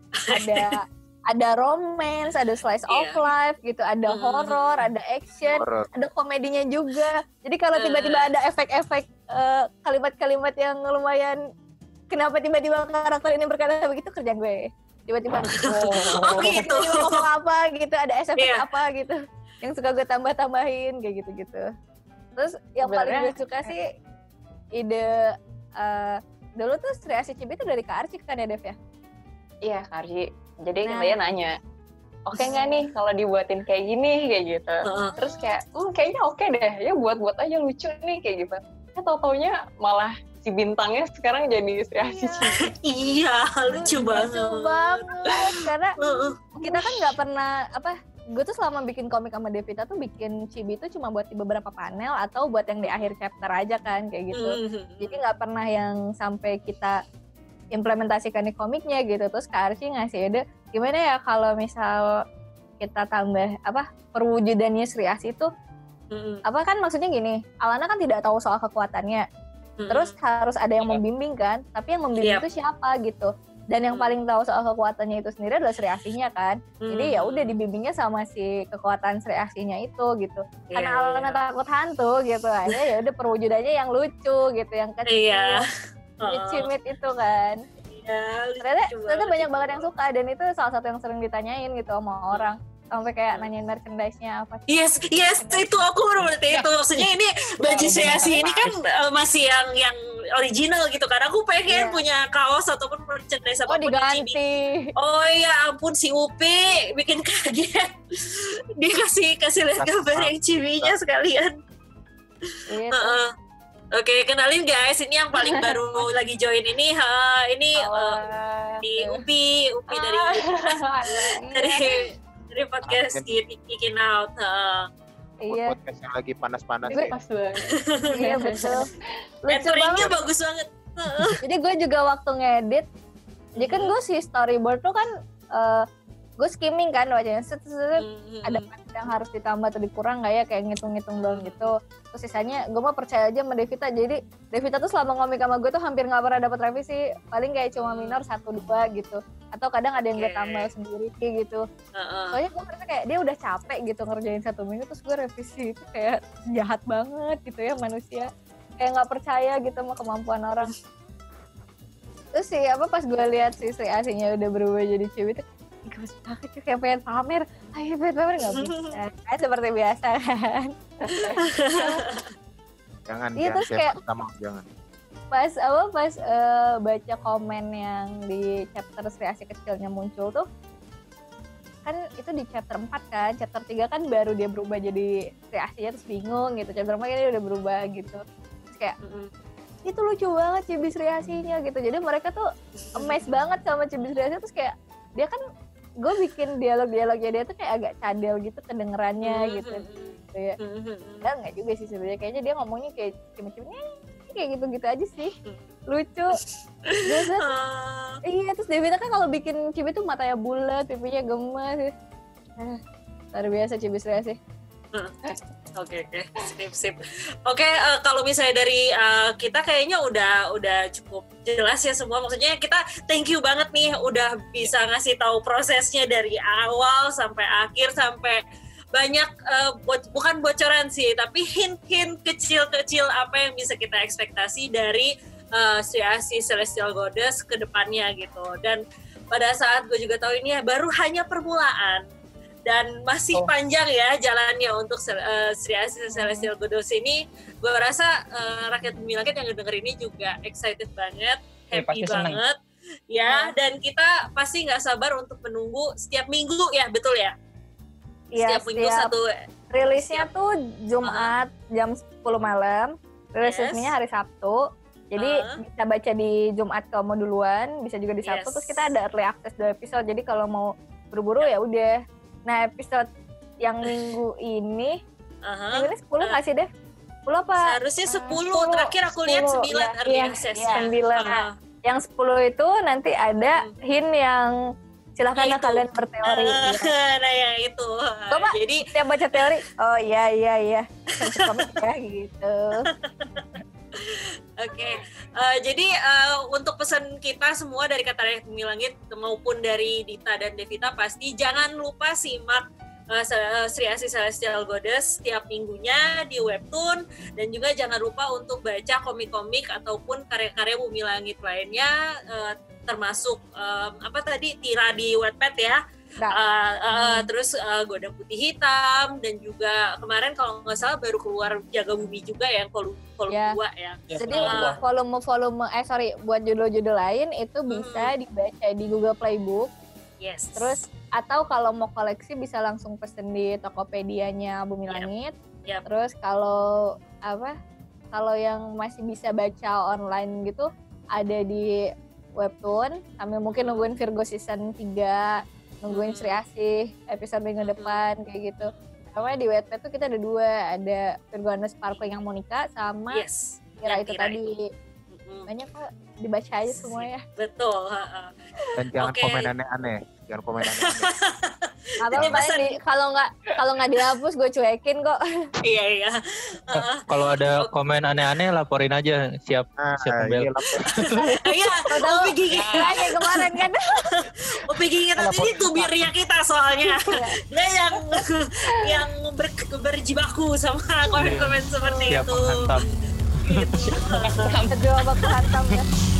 Ada romance, ada slice of life gitu, ada horror, ada action, ada komedinya juga. Jadi kalau tiba-tiba ada efek-efek kalimat-kalimat yang lumayan, kenapa tiba-tiba karakter ini berkata begitu, kerjaan gue. Tiba-tiba gitu, ngomong apa gitu, ada efek apa gitu, yang suka gue tambah-tambahin kayak gitu-gitu. Terus yang paling gue suka sih ide dulu tuh Sri Asih Chibi itu dari Kak Archie kan ya Dev ya? Iya Kak Archie. Jadi dia nanya, oke nggak nih kalau dibuatin kayak gini kayak gitu. Terus kayak, kayaknya oke deh, ya buat aja lucu nih kayak gitu. Tau-taunya malah si bintangnya sekarang jadi Sri Asih Chibi. Iya, lucu banget. Karena kita kan nggak pernah gue tuh selama bikin komik sama Devita tuh bikin Chibi tuh cuma buat di beberapa panel atau buat yang di akhir chapter aja kan kayak gitu. Jadi nggak pernah yang sampai kita implementasikan di komiknya gitu. Terus Kak Archie ngasih ide gimana ya kalau misal kita tambah perwujudannya Sri Asih itu kan maksudnya gini, Alana kan tidak tahu soal kekuatannya, terus harus ada yang membimbing kan, tapi yang membimbing itu siapa gitu. Dan yang paling tahu soal kekuatannya itu sendiri adalah Sri Asihnya kan. Jadi ya udah dibimbingnya sama si kekuatan Sri Asihnya itu gitu. Karena Alana takut hantu gitu aja, ya udah perwujudannya yang lucu gitu, yang kecil. Cimit itu kan. Ternyata banyak banget yang suka, dan itu salah satu yang sering ditanyain gitu sama orang. Sampai kayak nanyain merchandise-nya apa. Yes, itu aku baru berarti itu. Maksudnya ini baju Sri Asih ini kan masih yang original gitu kan. Aku pengen punya kaos ataupun merchandise apapun diganti. Oh iya ampun, si Upi bikin kaget. Dia kasih lihat gambar yang Chibi-nya sekalian. Oke, kenalin guys, ini yang paling baru lagi join ini. Di Upi dari podcast Geekin Out. Iya. Podcast yang lagi panas-panas. Pas banget. Iya betul. Letteringnya bagus banget. Jadi gue juga waktu ngedit, jadi kan gue si storyboard tuh kan gue skimming kan wajahnya, ada yang harus ditambah atau dikurang nggak ya, kayak ngitung-ngitung doang gitu. Terus sisanya gue mah percaya aja sama Devita. Jadi Devita tuh selama ngomik sama gue tuh hampir nggak pernah dapat revisi, paling kayak cuma minor 1-2 gitu, atau kadang ada yang gue tambah sendiri gitu. Soalnya gue merasa kayak dia udah capek gitu ngerjain 1 minggu, terus gue revisi, itu kayak jahat banget gitu ya manusia, kayak nggak percaya gitu sama kemampuan orang. Terus sih pas gue lihat si Sri Asihnya udah berubah jadi cewek itu, gemes banget sih, kayak pengen pamer. Ayo pamer nggak bisa, kayak seperti biasa kan. Jangan kayak jangan. Pas baca komen yang di chapter Sri Asih kecilnya muncul tuh, kan itu di chapter 4 kan, chapter 3 kan baru dia berubah jadi Sri Asihnya terus bingung gitu, chapter 4 kan dia udah berubah gitu. Terus kayak itu lucu banget Chibi Sri Asihnya gitu. Jadi mereka tuh amazed banget sama Chibi Sri Asih. Terus kayak dia kan, gue bikin dialog-dialognya dia tuh kayak agak cadel gitu kedengerannya gitu ya. Enggak juga sih sebenarnya, kayaknya dia ngomongnya kayak cuma-cuma kayak gitu-gitu aja sih, lucu. Iya, terus Devita kan kalau bikin Chibi tuh matanya bulat, pipinya gemes. Luar biasa Chibi Sri Asih. Oke, sip. Oke, kalau misalnya dari kita kayaknya udah cukup jelas ya semua. Maksudnya kita thank you banget nih udah bisa ngasih tahu prosesnya dari awal sampai akhir, sampai banyak bukan bocoran sih, tapi hint-hint kecil-kecil apa yang bisa kita ekspektasi dari Sri Asi Celestial Goddess ke depannya gitu. Dan pada saat gue juga tahu ini baru hanya permulaan dan masih panjang ya jalannya untuk Sri Asi Celestial Goddess ini. Gue rasa rakyat Bumi Langit yang denger ini juga excited banget, happy banget ya, dan kita pasti nggak sabar untuk menunggu setiap minggu ya, betul ya? Setiap minggu satu. Rilisnya tuh Jumat jam 10 malam, rilis resminya hari Sabtu. Jadi bisa baca di Jumat kalau mau duluan, bisa juga di Sabtu. Terus kita ada early access 2 episode. Jadi kalau mau buru-buru ya udah. Nah, episode yang minggu ini, minggu ini 10 nggak sih, Dev? 10 apa? Seharusnya 10. Terakhir aku lihat 9 early access. 9. Nah, yang 10 itu nanti ada hint yang silahkan kalian berteori. Nah, yang itu. Coba, jadi setiap baca teori, oh iya. Komik ya, gitu. Oke, jadi untuk pesan kita semua dari Kata Rakyat Bumi Langit maupun dari Dita dan Devita, pasti jangan lupa simak Sri Asi Celestial Goddess setiap minggunya di webtoon, dan juga jangan lupa untuk baca komik-komik ataupun karya-karya Bumi Langit lainnya, termasuk Tira di Wattpad ya. Terus Godam Putih Hitam, dan juga kemarin kalau nggak salah baru keluar Jaga Bumi juga ya, volume 2 ya. Jadi volume buat judul-judul lain itu bisa dibaca di Google Playbook. Yes. Terus atau kalau mau koleksi bisa langsung pesen di Tokopedia-nya Bumi Langit. Terus kalau yang masih bisa baca online gitu ada di webtoon, sambil mungkin nungguin Virgo season 3, nungguin Sri Asi episode minggu depan kayak gitu. Karena di Wattpad tuh kita ada 2, ada Virgo Sparkling yang Monica sama Tira itu tadi. Banyak kok, dibaca aja semua ya. Betul. Dan jangan komen aneh-aneh. Kalau nggak dihapus gue cuekin kok. Iya. Kalau ada komen aneh-aneh laporin aja, siap membela. Iya, Opi gigit kayak kemarin kan. Opi gigit ini tubirnya kita soalnya. Dia yang berjibaku sama komen-komen seperti itu. Siap menghantam. Kedua baku hantam ya.